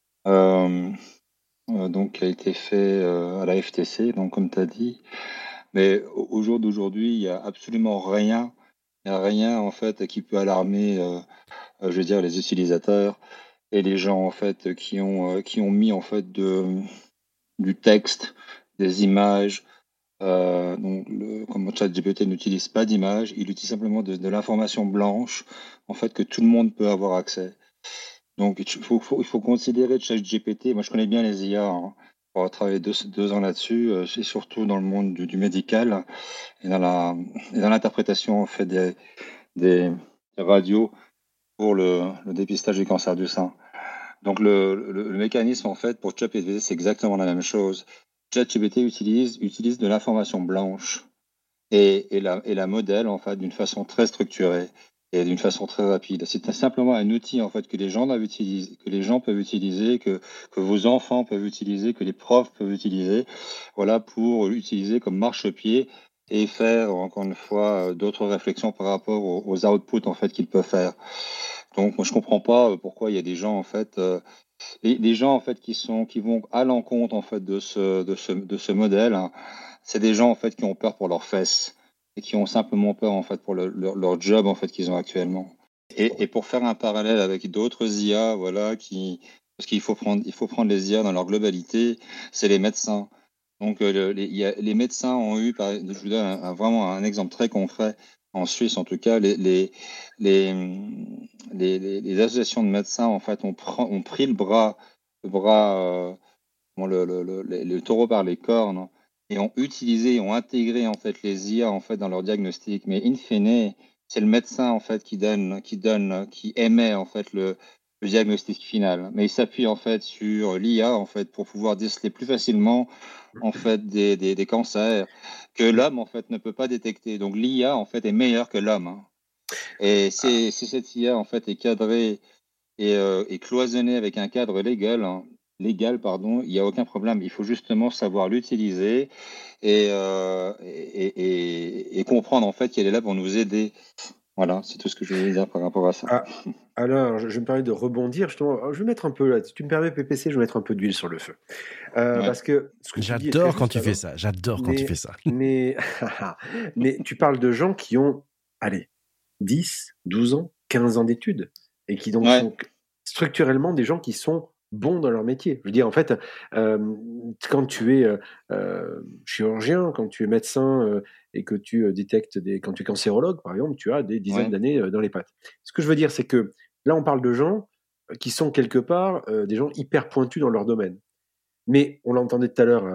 donc qui a été fait à la FTC, donc comme tu as dit. Mais au jour d'aujourd'hui, il n'y a absolument rien, en fait qui peut alarmer, je veux dire, les utilisateurs et les gens en fait qui ont mis en fait du texte, des images. Donc, comme ChatGPT n'utilise pas d'image, il utilise simplement de l'information blanche, en fait, que tout le monde peut avoir accès. Donc, il faut considérer ChatGPT. Moi, je connais bien les IA, hein, pour avoir travaillé 2 ans là-dessus, et surtout dans le monde du médical et dans l'interprétation en fait des radios pour le dépistage du cancer du sein. Donc, le mécanisme en fait pour ChatGPT, c'est exactement la même chose. ChatGPT utilise de l'information blanche et la modèle en fait d'une façon très structurée et d'une façon très rapide. C'est simplement un outil en fait que les gens peuvent utiliser, que vos enfants peuvent utiliser, que les profs peuvent utiliser, voilà, pour l'utiliser comme marchepied et faire encore une fois d'autres réflexions par rapport aux outputs en fait qu'ils peuvent faire. Donc moi je comprends pas pourquoi il y a des gens en fait les gens en fait qui vont à l'encontre en fait de ce modèle, hein. C'est des gens en fait qui ont peur pour leurs fesses et qui ont simplement peur en fait pour leur job en fait qu'ils ont actuellement. Et pour faire un parallèle avec d'autres IA, voilà, parce qu'il faut prendre les IA dans leur globalité, c'est les médecins. Donc les médecins ont eu, je vous donne vraiment un exemple très concret. En Suisse, en tout cas, les associations de médecins en fait ont pris le taureau par les cornes et ont intégré en fait les IA en fait dans leur diagnostic. Mais in fine, c'est le médecin en fait qui émet en fait le diagnostic final. Mais il s'appuie en fait sur l'IA en fait pour pouvoir déceler plus facilement en fait des cancers que l'homme en fait ne peut pas détecter. Donc l'IA en fait est meilleure que l'homme, hein. Et si cette IA en fait est cadrée et cloisonnée avec un cadre légal, pardon, il n'y a aucun problème. Il faut justement savoir l'utiliser et comprendre en fait qu'elle est là pour nous aider. Voilà, c'est tout ce que je voulais dire par rapport à ça. Alors, je me permets de rebondir, justement. Je vais mettre un peu, là, si tu me permets, PPC, je vais mettre un peu d'huile sur le feu. Parce que ce que tu dis est très J'adore quand juste, tu fais ça. J'adore quand tu fais ça. Mais tu parles de gens qui ont, allez, 10, 12 ans, 15 ans d'études et qui donc sont structurellement des gens qui sont bons dans leur métier. Je veux dire, en fait, quand tu es chirurgien, quand tu es médecin et que tu détectes quand tu es cancérologue, par exemple, tu as des dizaines d'années dans les pattes. Ce que je veux dire, c'est que là, on parle de gens qui sont quelque part des gens hyper pointus dans leur domaine. Mais on l'entendait tout à l'heure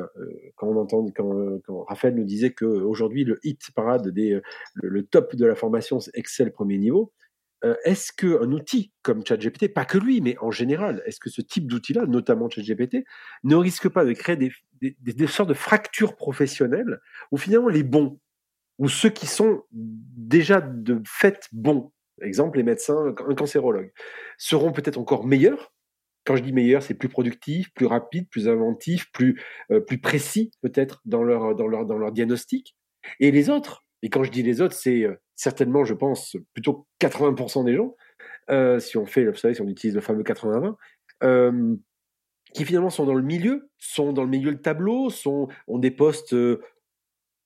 quand Raphaël nous disait qu'aujourd'hui, le hit parade le top de la formation, c'est Excel premier niveau. Est-ce qu'un outil comme ChatGPT, pas que lui, mais en général, est-ce que ce type d'outil-là, notamment ChatGPT, ne risque pas de créer des sortes de fractures professionnelles où finalement les bons, ou ceux qui sont déjà de fait bons, exemple les médecins, un cancérologue, seront peut-être encore meilleurs? Quand je dis meilleur, c'est plus productif, plus rapide, plus inventif, plus précis peut-être dans leur diagnostic. Et les autres, et quand je dis les autres, c'est certainement, je pense, plutôt 80% des gens, si on utilise le fameux 80-20, qui finalement sont dans le milieu de tableau, ont des postes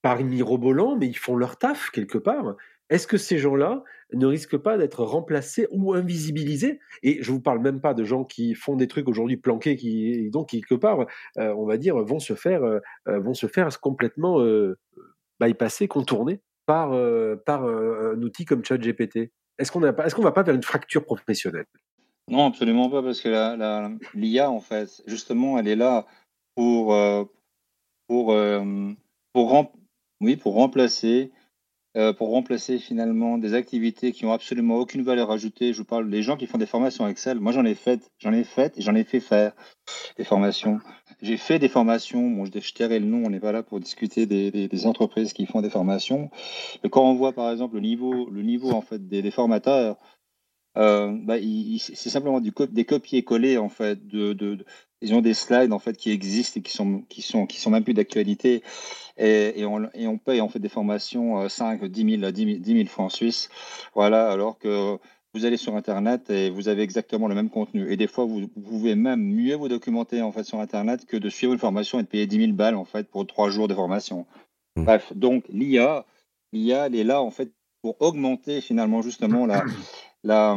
par mirobolant, mais ils font leur taf quelque part. Est-ce que ces gens-là ne risquent pas d'être remplacés ou invisibilisés? Et je vous parle même pas de gens qui font des trucs aujourd'hui planqués, qui donc quelque part, on va dire, vont se faire complètement bypasser, contourner par un outil comme ChatGPT. Est-ce qu'on va pas vers une fracture professionnelle? Non, absolument pas, parce que l'IA, en fait, justement, elle est là pour, pour, euh, pour, rem- oui, pour remplacer finalement des activités qui ont absolument aucune valeur ajoutée. Je vous parle des gens qui font des formations Excel. Moi, j'en ai fait et j'en ai fait faire des formations. J'ai fait des formations. Bon, je tairai le nom. On n'est pas là pour discuter des entreprises qui font des formations. Mais quand on voit, par exemple, le niveau en fait des formateurs. C'est simplement des copier-coller en fait ils ont des slides en fait qui existent et qui sont même plus d'actualité et on paye en fait des formations 5, 10 000 francs suisses, voilà, alors que vous allez sur Internet et vous avez exactement le même contenu. Et des fois, vous pouvez même mieux vous documenter en fait sur Internet que de suivre une formation et de payer 10 000 balles en fait pour 3 jours de formation. Bref, donc l'IA, elle est là en fait pour augmenter finalement justement la,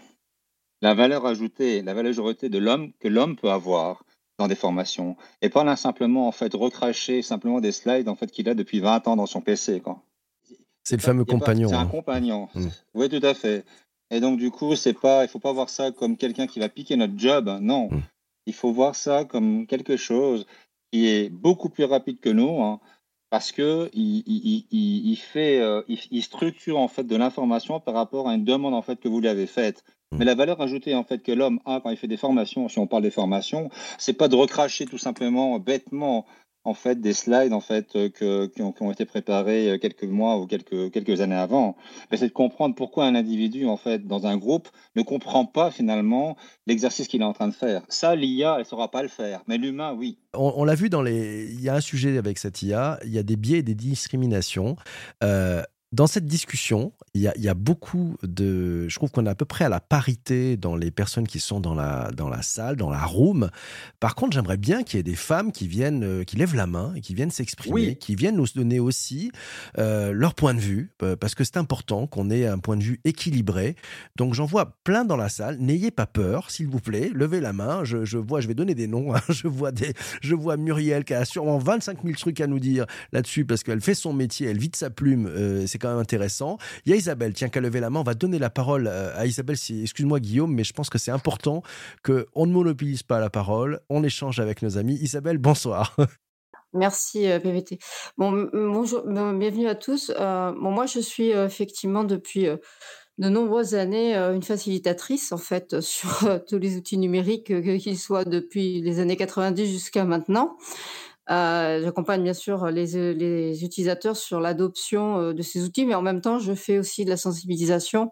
la valeur ajoutée de l'homme que l'homme peut avoir dans des formations. Et pas là simplement en fait recracher simplement des slides en fait qu'il a depuis 20 ans dans son PC, quoi. C'est le fameux C'est compagnon. un compagnon. Oui, tout à fait. Et donc du coup, il faut pas voir ça comme quelqu'un qui va piquer notre job. Non, il faut voir ça comme quelque chose qui est beaucoup plus rapide que nous, hein, parce que il structure en fait de l'information par rapport à une demande en fait que vous lui avez faite. Mais la valeur ajoutée en fait que l'homme a quand il fait des formations, si on parle des formations, c'est pas de recracher tout simplement bêtement en fait des slides en fait qui ont été préparés quelques mois ou quelques années avant. Mais c'est de comprendre pourquoi un individu en fait dans un groupe ne comprend pas finalement l'exercice qu'il est en train de faire. Ça, l'IA, elle saura pas le faire, mais l'humain, oui. On l'a vu il y a un sujet avec cette IA, il y a des biais et des discriminations. Dans cette discussion, il y a beaucoup de... Je trouve qu'on est à peu près à la parité dans les personnes qui sont dans la salle, dans la room. Par contre, j'aimerais bien qu'il y ait des femmes qui viennent, qui lèvent la main et qui viennent s'exprimer, qui viennent nous donner aussi leur point de vue, parce que c'est important qu'on ait un point de vue équilibré. Donc j'en vois plein dans la salle. N'ayez pas peur, s'il vous plaît. Levez la main. Je vais donner des noms. Hein. Je vois Muriel qui a sûrement 25 000 trucs à nous dire là-dessus parce qu'elle fait son métier, elle vit de sa plume. C'est quand même intéressant. Il y a Isabelle, tiens, qui a levé la main. On va donner la parole à Isabelle. Excuse-moi, Guillaume, mais je pense que c'est important qu'on ne monopolise pas la parole. On échange avec nos amis. Isabelle, bonsoir. Merci PVT. Bonjour, bienvenue à tous. Moi je suis effectivement depuis de nombreuses années une facilitatrice en fait sur tous les outils numériques, qu'ils soient depuis les années 90 jusqu'à maintenant. J'accompagne bien sûr les utilisateurs sur l'adoption de ces outils, mais en même temps je fais aussi de la sensibilisation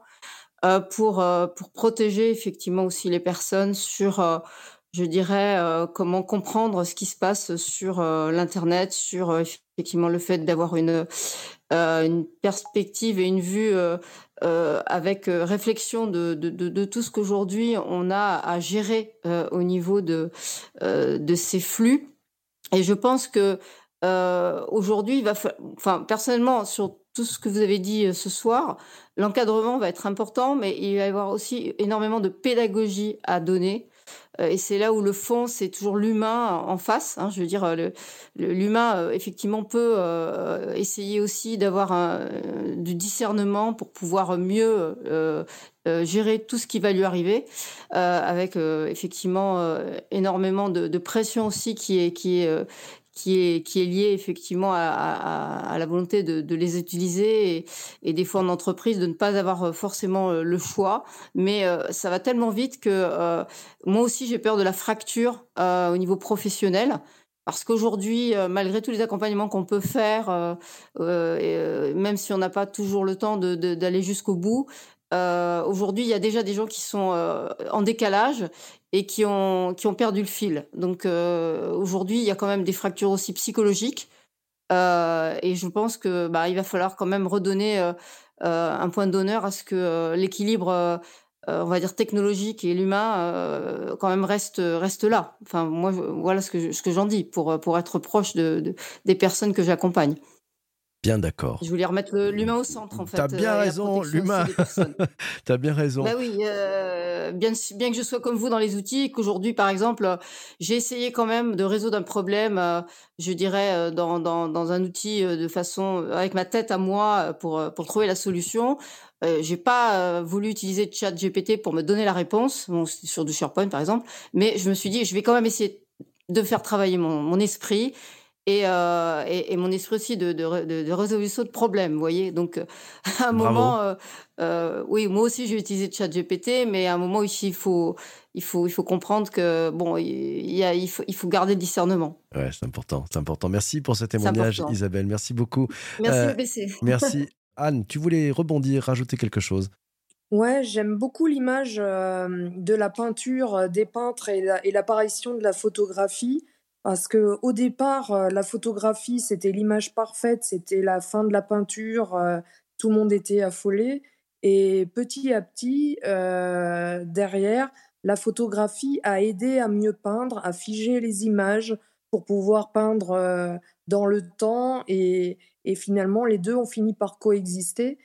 pour protéger effectivement aussi les personnes sur, je dirais, comment comprendre ce qui se passe sur, l'internet, sur, effectivement le fait d'avoir une perspective et une vue, avec, réflexion de tout ce qu'aujourd'hui on a à gérer, au niveau de ces flux. Et je pense que, aujourd'hui, enfin, personnellement, sur tout ce que vous avez dit, ce soir, l'encadrement va être important, mais il va y avoir aussi énormément de pédagogie à donner, et c'est là où le fond, c'est toujours l'humain en face, hein. Je veux dire, l'humain, effectivement, peut, essayer aussi d'avoir du discernement pour pouvoir mieux, gérer tout ce qui va lui arriver, avec, effectivement, énormément de pression aussi qui est liée effectivement à la volonté de les utiliser et des fois en entreprise de ne pas avoir forcément le choix. Mais ça va tellement vite que moi aussi j'ai peur de la fracture au niveau professionnel. Parce qu'aujourd'hui, malgré tous les accompagnements qu'on peut faire, même si on n'a pas toujours le temps d'aller jusqu'au bout, aujourd'hui, il y a déjà des gens qui sont en décalage et qui ont perdu le fil. Donc aujourd'hui, il y a quand même des fractures aussi psychologiques, et je pense que, bah, il va falloir quand même redonner, un point d'honneur à ce que, l'équilibre, on va dire technologique et l'humain, quand même reste là. Enfin moi, voilà ce que j'en dis pour être proche des personnes que j'accompagne. Bien d'accord. Je voulais remettre l'humain au centre, en fait. T'as bien et la raison, protection aussi l'humain. des personnes. T'as bien raison. Bah oui, bien que je sois comme vous dans les outils, qu'aujourd'hui, par exemple, j'ai essayé quand même de résoudre un problème, je dirais, dans un outil de façon, avec ma tête à moi, pour trouver la solution. J'ai pas voulu utiliser ChatGPT pour me donner la réponse, bon, c'était sur du SharePoint par exemple, mais je me suis dit, je vais quand même essayer de faire travailler mon esprit et mon esprit aussi de résolution de problèmes, vous voyez. Donc, à un Bravo. moment, oui, moi aussi j'ai utilisé ChatGPT, mais à un moment aussi il faut comprendre que bon, il faut garder le discernement. Ouais, c'est important, c'est important. Merci pour ce C'est témoignage, important. Isabelle. Merci beaucoup. Merci Euh, BBC. merci. Anne, tu voulais rebondir, rajouter quelque chose? Ouais, j'aime beaucoup l'image de la peinture des peintres et l'apparition de la photographie, parce que au départ, la photographie, c'était l'image parfaite, c'était la fin de la peinture, tout le monde était affolé. Et petit à petit, derrière, la photographie a aidé à mieux peindre, à figer les images pour pouvoir peindre dans le temps. Et finalement, les deux ont fini par coexister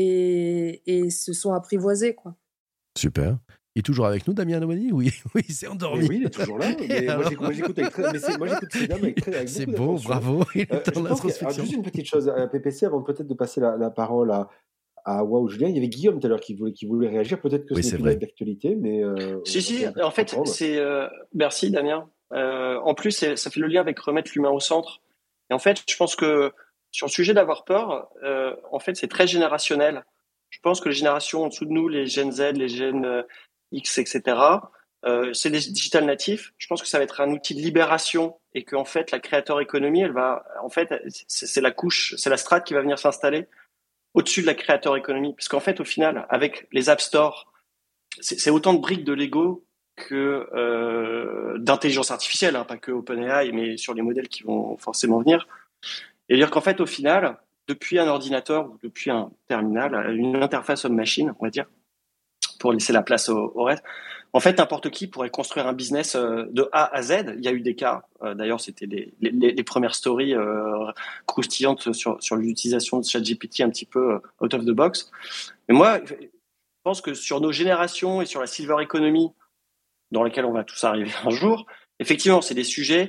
et se sont apprivoisés, quoi. Super. Il est toujours avec nous, Damien Abadi? Oui, oui, il s'est Mais endormi. oui, il est toujours là. Et Mais alors moi, j'écoute ces dames avec C'est beaucoup beau, d'attention. bravo. Il est Je en pense que, alors, introspection. juste une petite chose à PPC avant peut-être de passer la parole à Waouh Julien. Il y avait Guillaume tout à l'heure qui voulait réagir. Peut-être que Oui, ce c'est n'est plus vrai. d'actualité, mais Si, on si, va en fait, entendre. merci Damien. En plus, ça fait le lien avec remettre l'humain au centre. Et en fait, je pense que sur le sujet d'avoir peur, en fait, c'est très générationnel. Je pense que les générations en dessous de nous, les Gen Z, les Gen X, etc., c'est des digital natifs. Je pense que ça va être un outil de libération et que en fait, la créateur économie, elle va, en fait, c'est la couche, c'est la strate qui va venir s'installer au-dessus de la créateur économie. Parce qu'en fait, au final, avec les App Store, c'est autant de briques de Lego que d'intelligence artificielle, hein, pas que OpenAI, mais sur les modèles qui vont forcément venir. Et dire qu'en fait, au final, depuis un ordinateur ou depuis un terminal, une interface homme-machine, on va dire, pour laisser la place au reste, en fait, n'importe qui pourrait construire un business de A à Z. Il y a eu des cas, d'ailleurs, c'était les premières stories croustillantes sur l'utilisation de ChatGPT un petit peu out of the box. Mais moi, je pense que sur nos générations et sur la silver economy, dans laquelle on va tous arriver un jour, effectivement, c'est des sujets.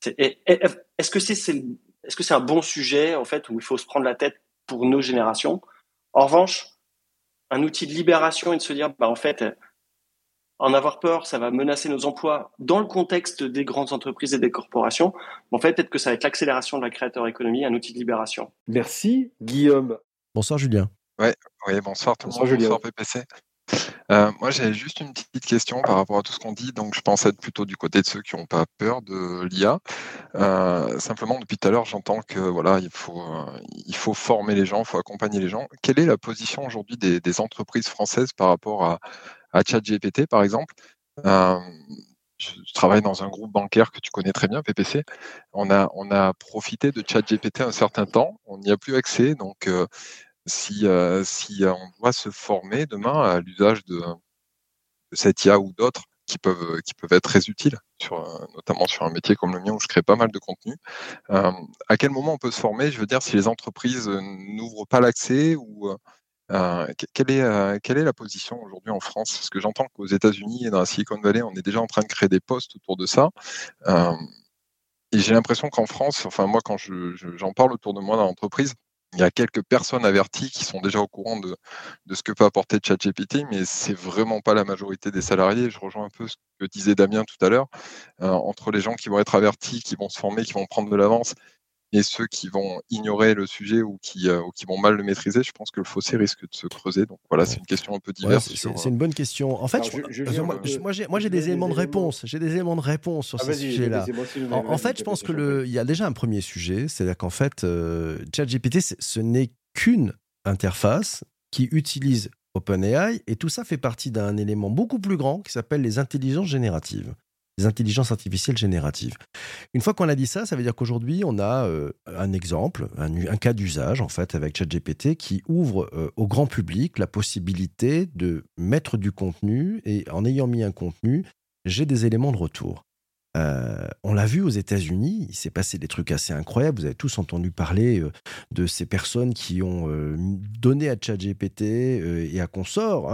Est-ce que c'est un bon sujet, en fait, où il faut se prendre la tête pour nos générations? En revanche, un outil de libération et de se dire, bah, en fait, en avoir peur, ça va menacer nos emplois dans le contexte des grandes entreprises et des corporations. En fait, peut-être que ça va être l'accélération de la créateur économie, un outil de libération. Merci, Guillaume. Bonsoir, Julien. Ouais, bonsoir tout le Bonsoir, monde, Julien. bonsoir PPC. Moi, j'avais juste une petite question par rapport à tout ce qu'on dit. Donc, je pense être plutôt du côté de ceux qui n'ont pas peur de l'IA. Simplement, depuis tout à l'heure, j'entends que voilà, il faut former les gens, il faut accompagner les gens. Quelle est la position aujourd'hui des entreprises françaises par rapport à ChatGPT, par exemple? Je travaille dans un groupe bancaire que tu connais très bien, PPC. On a profité de ChatGPT un certain temps. On n'y a plus accès, donc si on doit se former demain à l'usage de cette IA ou d'autres qui peuvent être très utiles, notamment sur un métier comme le mien où je crée pas mal de contenu. À quel moment on peut se former? Je veux dire, si les entreprises n'ouvrent pas l'accès ou quelle est la position aujourd'hui en France? Parce que j'entends qu'aux États-Unis et dans la Silicon Valley, on est déjà en train de créer des postes autour de ça. Et j'ai l'impression qu'en France, enfin moi quand j'en parle autour de moi dans l'entreprise, il y a quelques personnes averties qui sont déjà au courant de ce que peut apporter ChatGPT, mais c'est vraiment pas la majorité des salariés. Je rejoins un peu ce que disait Damien tout à l'heure. Entre les gens qui vont être avertis, qui vont se former, qui vont prendre de l'avance, et ceux qui vont ignorer le sujet ou qui vont mal le maîtriser, je pense que le fossé risque de se creuser. Donc voilà, c'est une question un peu diverse. C'est une bonne question. En fait, moi j'ai des éléments de réponse. J'ai des éléments de réponse sur ces sujets-là. En fait, je pense qu'il y a déjà un premier sujet, c'est-à-dire qu'en fait, ChatGPT, ce n'est qu'une interface qui utilise OpenAI, et tout ça fait partie d'un élément beaucoup plus grand qui s'appelle les intelligences génératives. Les intelligences artificielles génératives. Une fois qu'on a dit ça, ça veut dire qu'aujourd'hui, on a un exemple, un cas d'usage, en fait, avec ChatGPT qui ouvre au grand public la possibilité de mettre du contenu, et en ayant mis un contenu, j'ai des éléments de retour. On l'a vu aux États-Unis, il s'est passé des trucs assez incroyables. Vous avez tous entendu parler de ces personnes qui ont donné à ChatGPT et à consorts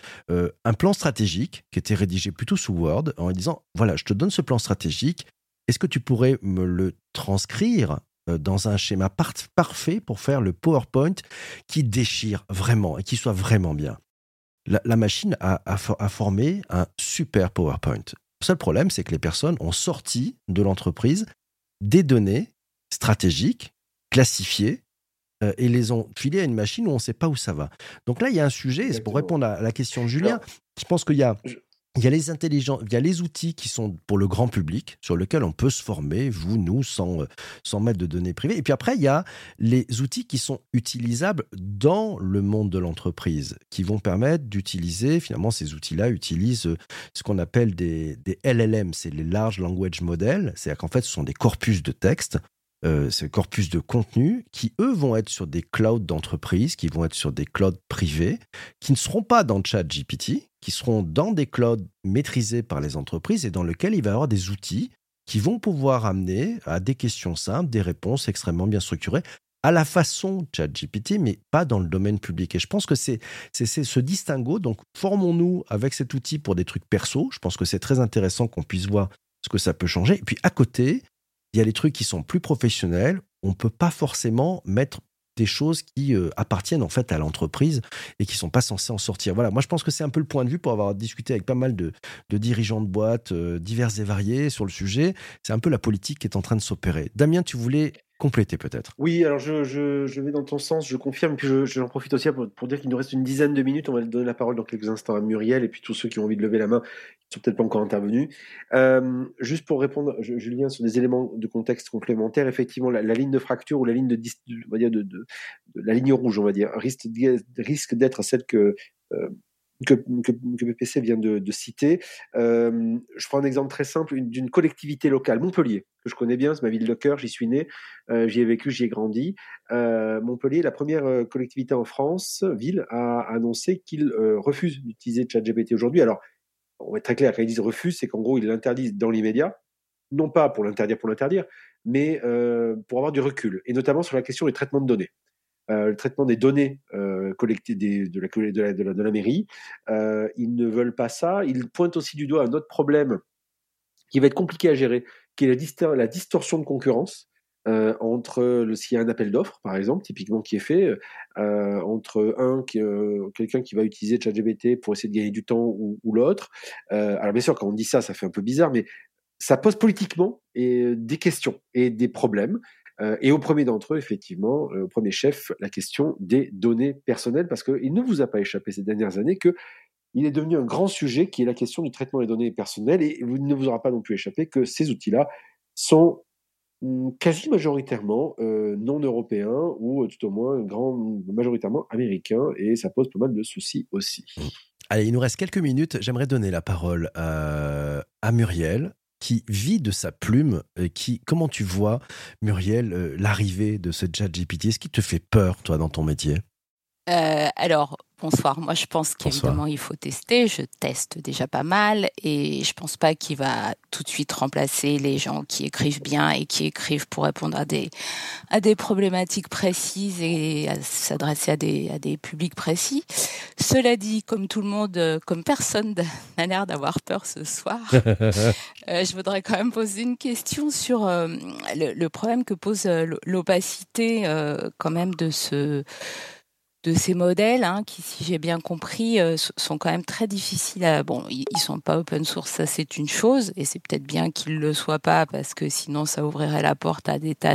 un plan stratégique qui était rédigé plutôt sous Word en disant voilà, je te donne ce plan stratégique. Est-ce que tu pourrais me le transcrire dans un schéma parfait pour faire le PowerPoint qui déchire vraiment et qui soit vraiment bien? La machine a formé un super PowerPoint. Le seul problème, c'est que les personnes ont sorti de l'entreprise des données stratégiques, classifiées, et les ont filées à une machine où on ne sait pas où ça va. Donc là, il y a un sujet, et c'est pour répondre à la question de Julien, Alors, je pense qu'il y a les intelligences, il y a les outils qui sont pour le grand public, sur lesquels on peut se former, vous, nous, sans mettre de données privées. Et puis après, il y a les outils qui sont utilisables dans le monde de l'entreprise, qui vont permettre d'utiliser, finalement, ces outils-là utilisent ce qu'on appelle des LLM, c'est les Large Language Models, c'est-à-dire qu'en fait, ce sont des corpus de texte, ces corpus de contenu qui, eux, vont être sur des clouds d'entreprise, qui vont être sur des clouds privés, qui ne seront pas dans ChatGPT, qui seront dans des clouds maîtrisés par les entreprises et dans lesquels il va y avoir des outils qui vont pouvoir amener à des questions simples, des réponses extrêmement bien structurées, à la façon ChatGPT, mais pas dans le domaine public. Et je pense que c'est ce distinguo. Donc, formons-nous avec cet outil pour des trucs perso. Je pense que c'est très intéressant qu'on puisse voir ce que ça peut changer. Et puis, à côté, il y a les trucs qui sont plus professionnels. On ne peut pas forcément mettre des choses qui appartiennent en fait à l'entreprise et qui ne sont pas censées en sortir. Voilà, moi je pense que c'est un peu le point de vue pour avoir discuté avec pas mal de dirigeants de boîtes divers et variés sur le sujet. C'est un peu la politique qui est en train de s'opérer. Damien, tu voulais compléter peut-être? Oui, alors je vais dans ton sens, je confirme, puis j'en profite aussi pour dire qu'il nous reste une dizaine de minutes. On va donner la parole dans quelques instants à Muriel et puis tous ceux qui ont envie de lever la main, qui sont peut-être pas encore intervenus. Juste pour répondre, Julien, sur des éléments de contexte complémentaires, effectivement, la ligne de fracture ou la ligne on va dire de la ligne rouge, on va dire, risque d'être celle que PPC vient de citer. Je prends un exemple très simple d'une collectivité locale, Montpellier, que je connais bien, c'est ma ville de cœur, j'y suis né, j'y ai vécu, j'y ai grandi. Montpellier, la première collectivité en France, ville, a annoncé qu'il refuse d'utiliser ChatGPT aujourd'hui. Alors, on va être très clair, quand ils disent refuse, c'est qu'en gros, ils l'interdisent dans l'immédiat, non pas pour l'interdire, mais pour avoir du recul, et notamment sur la question du traitement de données. Le traitement des données collectées de la mairie. Ils ne veulent pas ça. Ils pointent aussi du doigt un autre problème qui va être compliqué à gérer, qui est la distorsion de concurrence entre s'il y a un appel d'offres, par exemple, typiquement qui est fait, entre quelqu'un qui va utiliser ChatGPT pour essayer de gagner du temps ou l'autre. Alors bien sûr, quand on dit ça, ça fait un peu bizarre, mais ça pose politiquement des questions et des problèmes. Et au premier d'entre eux, effectivement, au premier chef, la question des données personnelles, parce qu'il ne vous a pas échappé ces dernières années qu'il est devenu un grand sujet qui est la question du traitement des données personnelles, et il ne vous aura pas non plus échappé que ces outils-là sont quasi majoritairement non européens, ou tout au moins majoritairement américains, et ça pose pas mal de soucis aussi. Allez, il nous reste quelques minutes. J'aimerais donner la parole à Muriel, qui vit de sa plume. Comment tu vois, Muriel, l'arrivée de ce ChatGPT? Est-ce qui te fait peur, toi, dans ton métier? Alors, bonsoir. Moi, je pense qu'évidemment, il faut tester. Je teste déjà pas mal et je pense pas qu'il va tout de suite remplacer les gens qui écrivent bien et qui écrivent pour répondre à des problématiques précises et à s'adresser à des publics précis. Cela dit, comme tout le monde, comme personne n'a l'air d'avoir peur ce soir, je voudrais quand même poser une question sur le problème que pose l'opacité quand même de ces modèles, qui, si j'ai bien compris, sont quand même très difficiles à... Bon, ils sont pas open source, ça c'est une chose, et c'est peut-être bien qu'ils le soient pas, parce que sinon ça ouvrirait la porte à des tas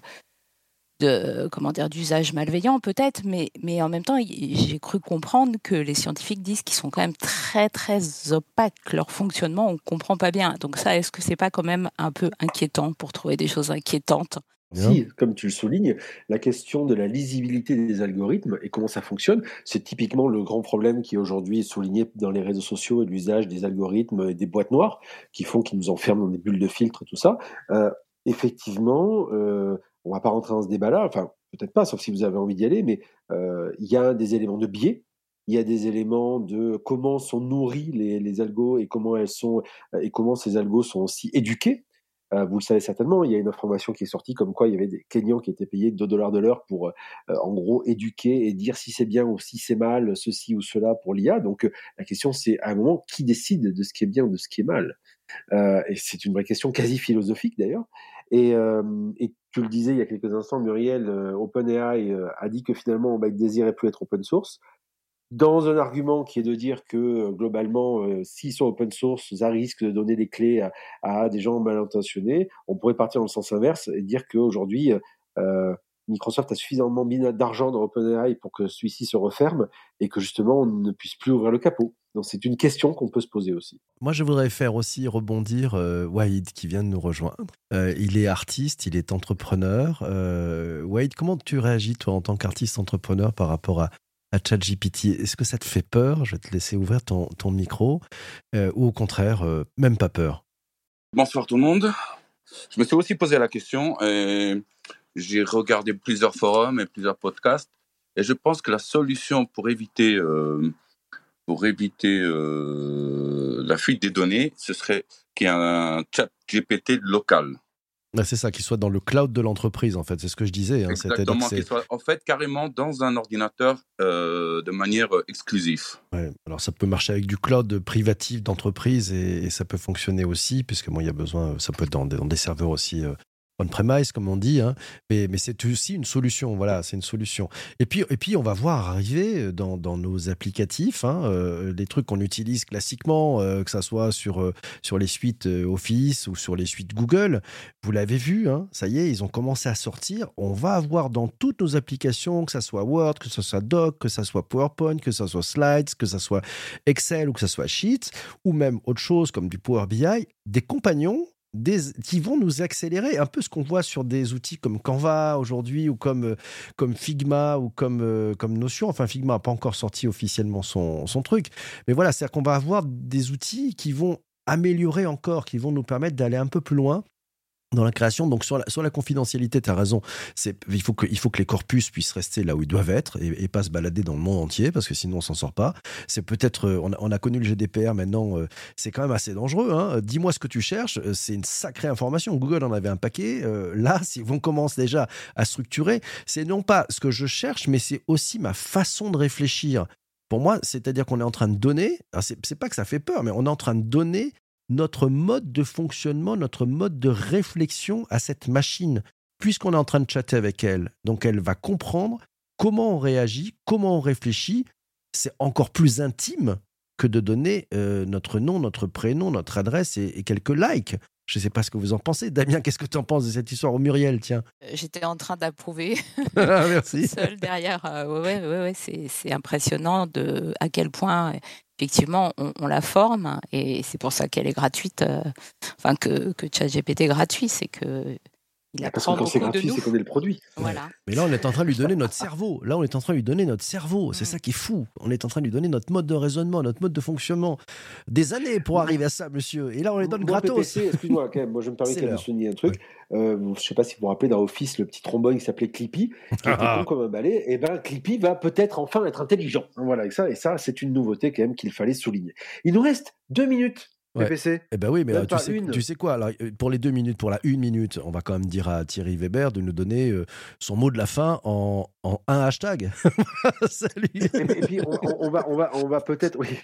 d'usages malveillants peut-être, mais en même temps, j'ai cru comprendre que les scientifiques disent qu'ils sont quand même très très opaques, leur fonctionnement, on comprend pas bien. Donc ça, est-ce que c'est pas quand même un peu inquiétant pour trouver des choses inquiétantes? Si, comme tu le soulignes, la question de la lisibilité des algorithmes et comment ça fonctionne, c'est typiquement le grand problème qui aujourd'hui est souligné dans les réseaux sociaux et l'usage des algorithmes et des boîtes noires qui nous enferment dans des bulles de filtre, tout ça. Effectivement, on va pas rentrer dans ce débat-là, enfin peut-être pas, sauf si vous avez envie d'y aller, mais il y a des éléments de biais il y a des éléments de comment sont nourris les algos et comment ces algos sont aussi éduqués. Vous le savez certainement, il y a une information qui est sortie comme quoi il y avait des Kenyans qui étaient payés $2 de l'heure pour, en gros, éduquer et dire si c'est bien ou si c'est mal, ceci ou cela pour l'IA. Donc, la question, c'est à un moment, qui décide de ce qui est bien ou de ce qui est mal? Et c'est une vraie question quasi philosophique d'ailleurs. Et tu le disais il y a quelques instants, Muriel, OpenAI a dit que finalement, il désirait plus être open source. Dans un argument qui est de dire que globalement, s'ils sont open source, ça risque de donner des clés à des gens mal intentionnés. On pourrait partir dans le sens inverse et dire qu'aujourd'hui, Microsoft a suffisamment mis d'argent dans OpenAI pour que celui-ci se referme et que justement on ne puisse plus ouvrir le capot. Donc c'est une question qu'on peut se poser aussi. Moi, je voudrais faire aussi rebondir Wahid qui vient de nous rejoindre. Il est artiste, il est entrepreneur. Wahid, comment tu réagis, toi, en tant qu'artiste entrepreneur par rapport à ChatGPT? Est-ce que ça te fait peur? Je vais te laisser ouvrir ton micro. Ou au contraire, même pas peur? Bonsoir tout le monde. Je me suis aussi posé la question et j'ai regardé plusieurs forums et plusieurs podcasts et je pense que la solution pour éviter la fuite des données, ce serait qu'il y ait un chat GPT local. C'est ça, qu'il soit dans le cloud de l'entreprise, en fait. C'est ce que je disais. Exactement, qu'il soit en fait carrément dans un ordinateur de manière exclusive. Ouais. Alors ça peut marcher avec du cloud privatif d'entreprise et ça peut fonctionner aussi, puisque il y a besoin, ça peut être dans des serveurs aussi on-premise, comme on dit, hein. Mais c'est aussi une solution, voilà, c'est une solution. Et puis on va voir arriver dans nos applicatifs, les trucs qu'on utilise classiquement, que ça soit sur les suites Office ou sur les suites Google. Vous l'avez vu, ça y est, ils ont commencé à sortir. On va avoir dans toutes nos applications, que ça soit Word, que ce soit Doc, que ça soit PowerPoint, que ça soit Slides, que ça soit Excel ou que ça soit Sheets, ou même autre chose comme du Power BI, des compagnons qui vont nous accélérer un peu ce qu'on voit sur des outils comme Canva aujourd'hui ou comme Figma ou comme Notion. Enfin, Figma n'a pas encore sorti officiellement son truc. Mais voilà, c'est-à-dire qu'on va avoir des outils qui vont améliorer encore, qui vont nous permettre d'aller un peu plus loin dans la création. Donc sur la confidentialité, tu as raison, il faut que les corpus puissent rester là où ils doivent être et pas se balader dans le monde entier, parce que sinon on s'en sort pas. C'est peut-être, on a connu le GDPR, maintenant c'est quand même assez dangereux, Dis-moi ce que tu cherches, c'est une sacrée information. Google en avait un paquet. Là, si on commence déjà à structurer, c'est non pas ce que je cherche, mais c'est aussi ma façon de réfléchir. Pour moi, c'est-à-dire qu'on est en train de donner, c'est pas que ça fait peur, mais on est en train de donner notre mode de fonctionnement, notre mode de réflexion à cette machine, puisqu'on est en train de chatter avec elle. Donc, elle va comprendre comment on réagit, comment on réfléchit. C'est encore plus intime que de donner notre nom, notre prénom, notre adresse et quelques likes. Je ne sais pas ce que vous en pensez. Damien, qu'est-ce que tu en penses de cette histoire? Au Muriel, tiens. J'étais en train d'approuver. Merci. Seule derrière. Ouais, c'est impressionnant à quel point, effectivement, on la forme. Et c'est pour ça qu'elle est gratuite. Que ChatGPT est gratuit. C'est que il parce que quand c'est gratuit, c'est qu'on est le produit. Voilà. Mais là, on est en train de lui donner notre cerveau. C'est ça qui est fou. On est en train de lui donner notre mode de raisonnement, notre mode de fonctionnement. Des années pour arriver à ça, monsieur. Et là, on les donne gratos. PPC, excuse-moi, quand même. Moi, je me permets de souligner un truc. Je ne sais pas si vous vous rappelez dans Office, le petit trombone qui s'appelait Clippy, qui était con comme un balai. Et ben, Clippy va peut-être enfin être intelligent. Voilà, et ça, c'est une nouveauté quand même qu'il fallait souligner. Il nous reste 2 minutes. Ouais. PPC. Eh ben oui, mais tu sais quoi, alors, pour les 2 minutes, pour la 1 minute, on va quand même dire à Thierry Weber de nous donner son mot de la fin en un hashtag. Salut. Et puis on va peut-être. Oui.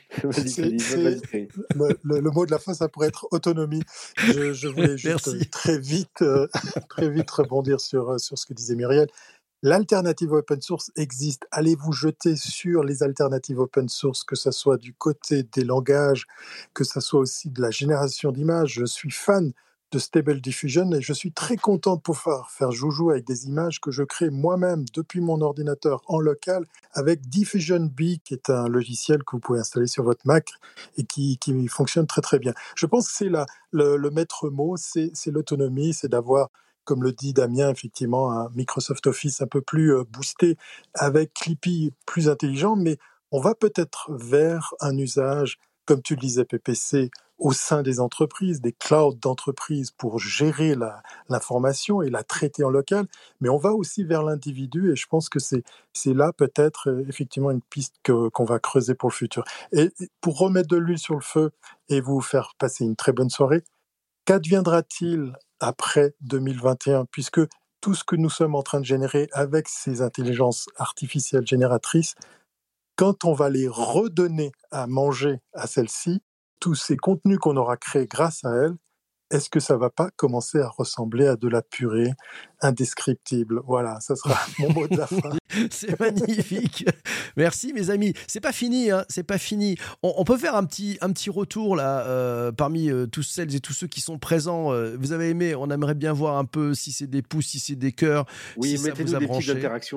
Vas-y. Le mot de la fin, ça pourrait être autonomie. Je voulais juste très vite rebondir sur ce que disait Muriel. L'alternative open source existe. Allez vous jeter sur les alternatives open source, que ce soit du côté des langages, que ce soit aussi de la génération d'images. Je suis fan de Stable Diffusion et je suis très content de pouvoir faire joujou avec des images que je crée moi-même depuis mon ordinateur en local avec Diffusion B, qui est un logiciel que vous pouvez installer sur votre Mac et qui fonctionne très très bien. Je pense que c'est le maître mot, c'est l'autonomie, c'est d'avoir, comme le dit Damien, effectivement, un Microsoft Office un peu plus boosté, avec Clippy plus intelligent, mais on va peut-être vers un usage comme tu le disais, PPC, au sein des entreprises, des clouds d'entreprises pour gérer l'information et la traiter en local, mais on va aussi vers l'individu et je pense que c'est là peut-être effectivement une piste qu'on va creuser pour le futur. Et pour remettre de l'huile sur le feu et vous faire passer une très bonne soirée, qu'adviendra-t-il après 2021 puisque tout ce que nous sommes en train de générer avec ces intelligences artificielles génératrices, quand on va les redonner à manger à celles-ci, tous ces contenus qu'on aura créés grâce à elles, est-ce que ça ne va pas commencer à ressembler à de la purée indescriptible? Voilà, ça sera mon mot de la fin. C'est magnifique. Merci mes amis. C'est pas fini, hein. C'est pas fini. On peut faire un petit retour là parmi tous celles et tous ceux qui sont présents. Vous avez aimé? On aimerait bien voir un peu si c'est des pouces, si c'est des cœurs. Oui, si mettez-nous des petites interactions.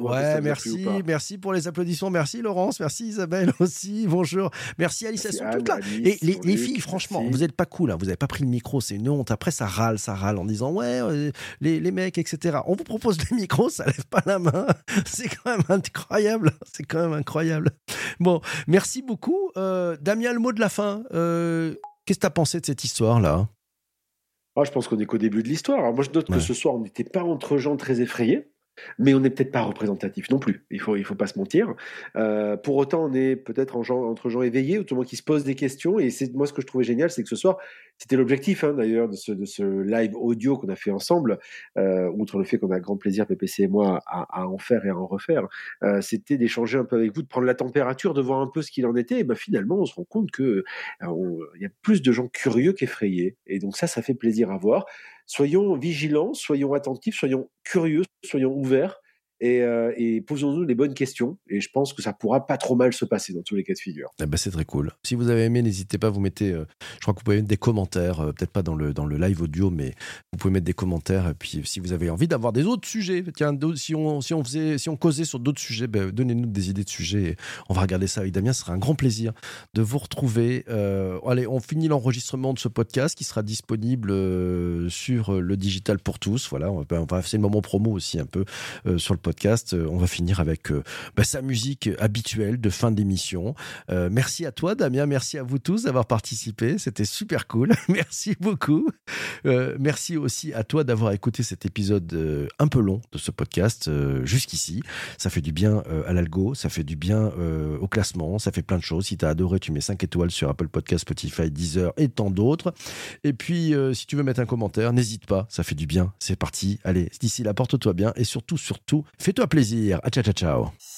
Ouais, merci pour les applaudissements. Merci Laurence, merci Isabelle aussi. Bonjour. Merci Alice. Elles sont toutes là. Et les filles, franchement, vous n'êtes pas cool. Hein. Vous n'avez pas pris le micro, c'est une honte. Après, ça râle en disant les mecs, etc. On vous propose le micro, ça lève pas la main. C'est quand même incroyable. Bon, merci beaucoup. Damien, le mot de la fin. Qu'est-ce que tu as pensé de cette histoire-là? Je pense qu'on n'est qu'au début de l'histoire. Alors moi, je note que ce soir, on n'était pas entre gens très effrayés. Mais on n'est peut-être pas représentatif non plus, il faut pas se mentir. Pour autant, on est peut-être entre gens éveillés, ou tout le monde qui se pose des questions. Et moi, ce que je trouvais génial, c'est que ce soir, c'était l'objectif d'ailleurs de ce live audio qu'on a fait ensemble, outre le fait qu'on a grand plaisir, PPC et moi, à en faire et à en refaire. C'était d'échanger un peu avec vous, de prendre la température, de voir un peu ce qu'il en était. Et finalement, on se rend compte que il y a plus de gens curieux qu'effrayés. Et donc ça fait plaisir à voir. Soyons vigilants, soyons attentifs, soyons curieux, soyons ouverts et posons-nous les bonnes questions. Et je pense que ça pourra pas trop mal se passer dans tous les cas de figure. C'est très cool. Si vous avez aimé, n'hésitez pas, vous mettez, je crois que vous pouvez mettre des commentaires, peut-être pas dans le live audio, mais vous pouvez mettre des commentaires. Et puis si vous avez envie d'avoir des autres sujets, tiens, si on causait sur d'autres sujets, donnez-nous des idées de sujets. Et on va regarder ça avec Damien. Ce sera un grand plaisir de vous retrouver. Allez, on finit l'enregistrement de ce podcast qui sera disponible sur le Digital pour tous. Voilà, on va faire le moment promo aussi un peu sur le podcast. On va finir avec sa musique habituelle de fin d'émission. Merci à toi Damien, merci à vous tous d'avoir participé, c'était super cool. Merci beaucoup. Merci aussi à toi d'avoir écouté cet épisode un peu long de ce podcast jusqu'ici. Ça fait du bien à l'algo, ça fait du bien au classement, ça fait plein de choses. Si tu as adoré, tu mets 5 étoiles sur Apple Podcast, Spotify, Deezer et tant d'autres. Et puis si tu veux mettre un commentaire, n'hésite pas, ça fait du bien. C'est parti, allez, d'ici là, porte-toi bien et surtout, fais-toi plaisir. Ciao, ciao, ciao.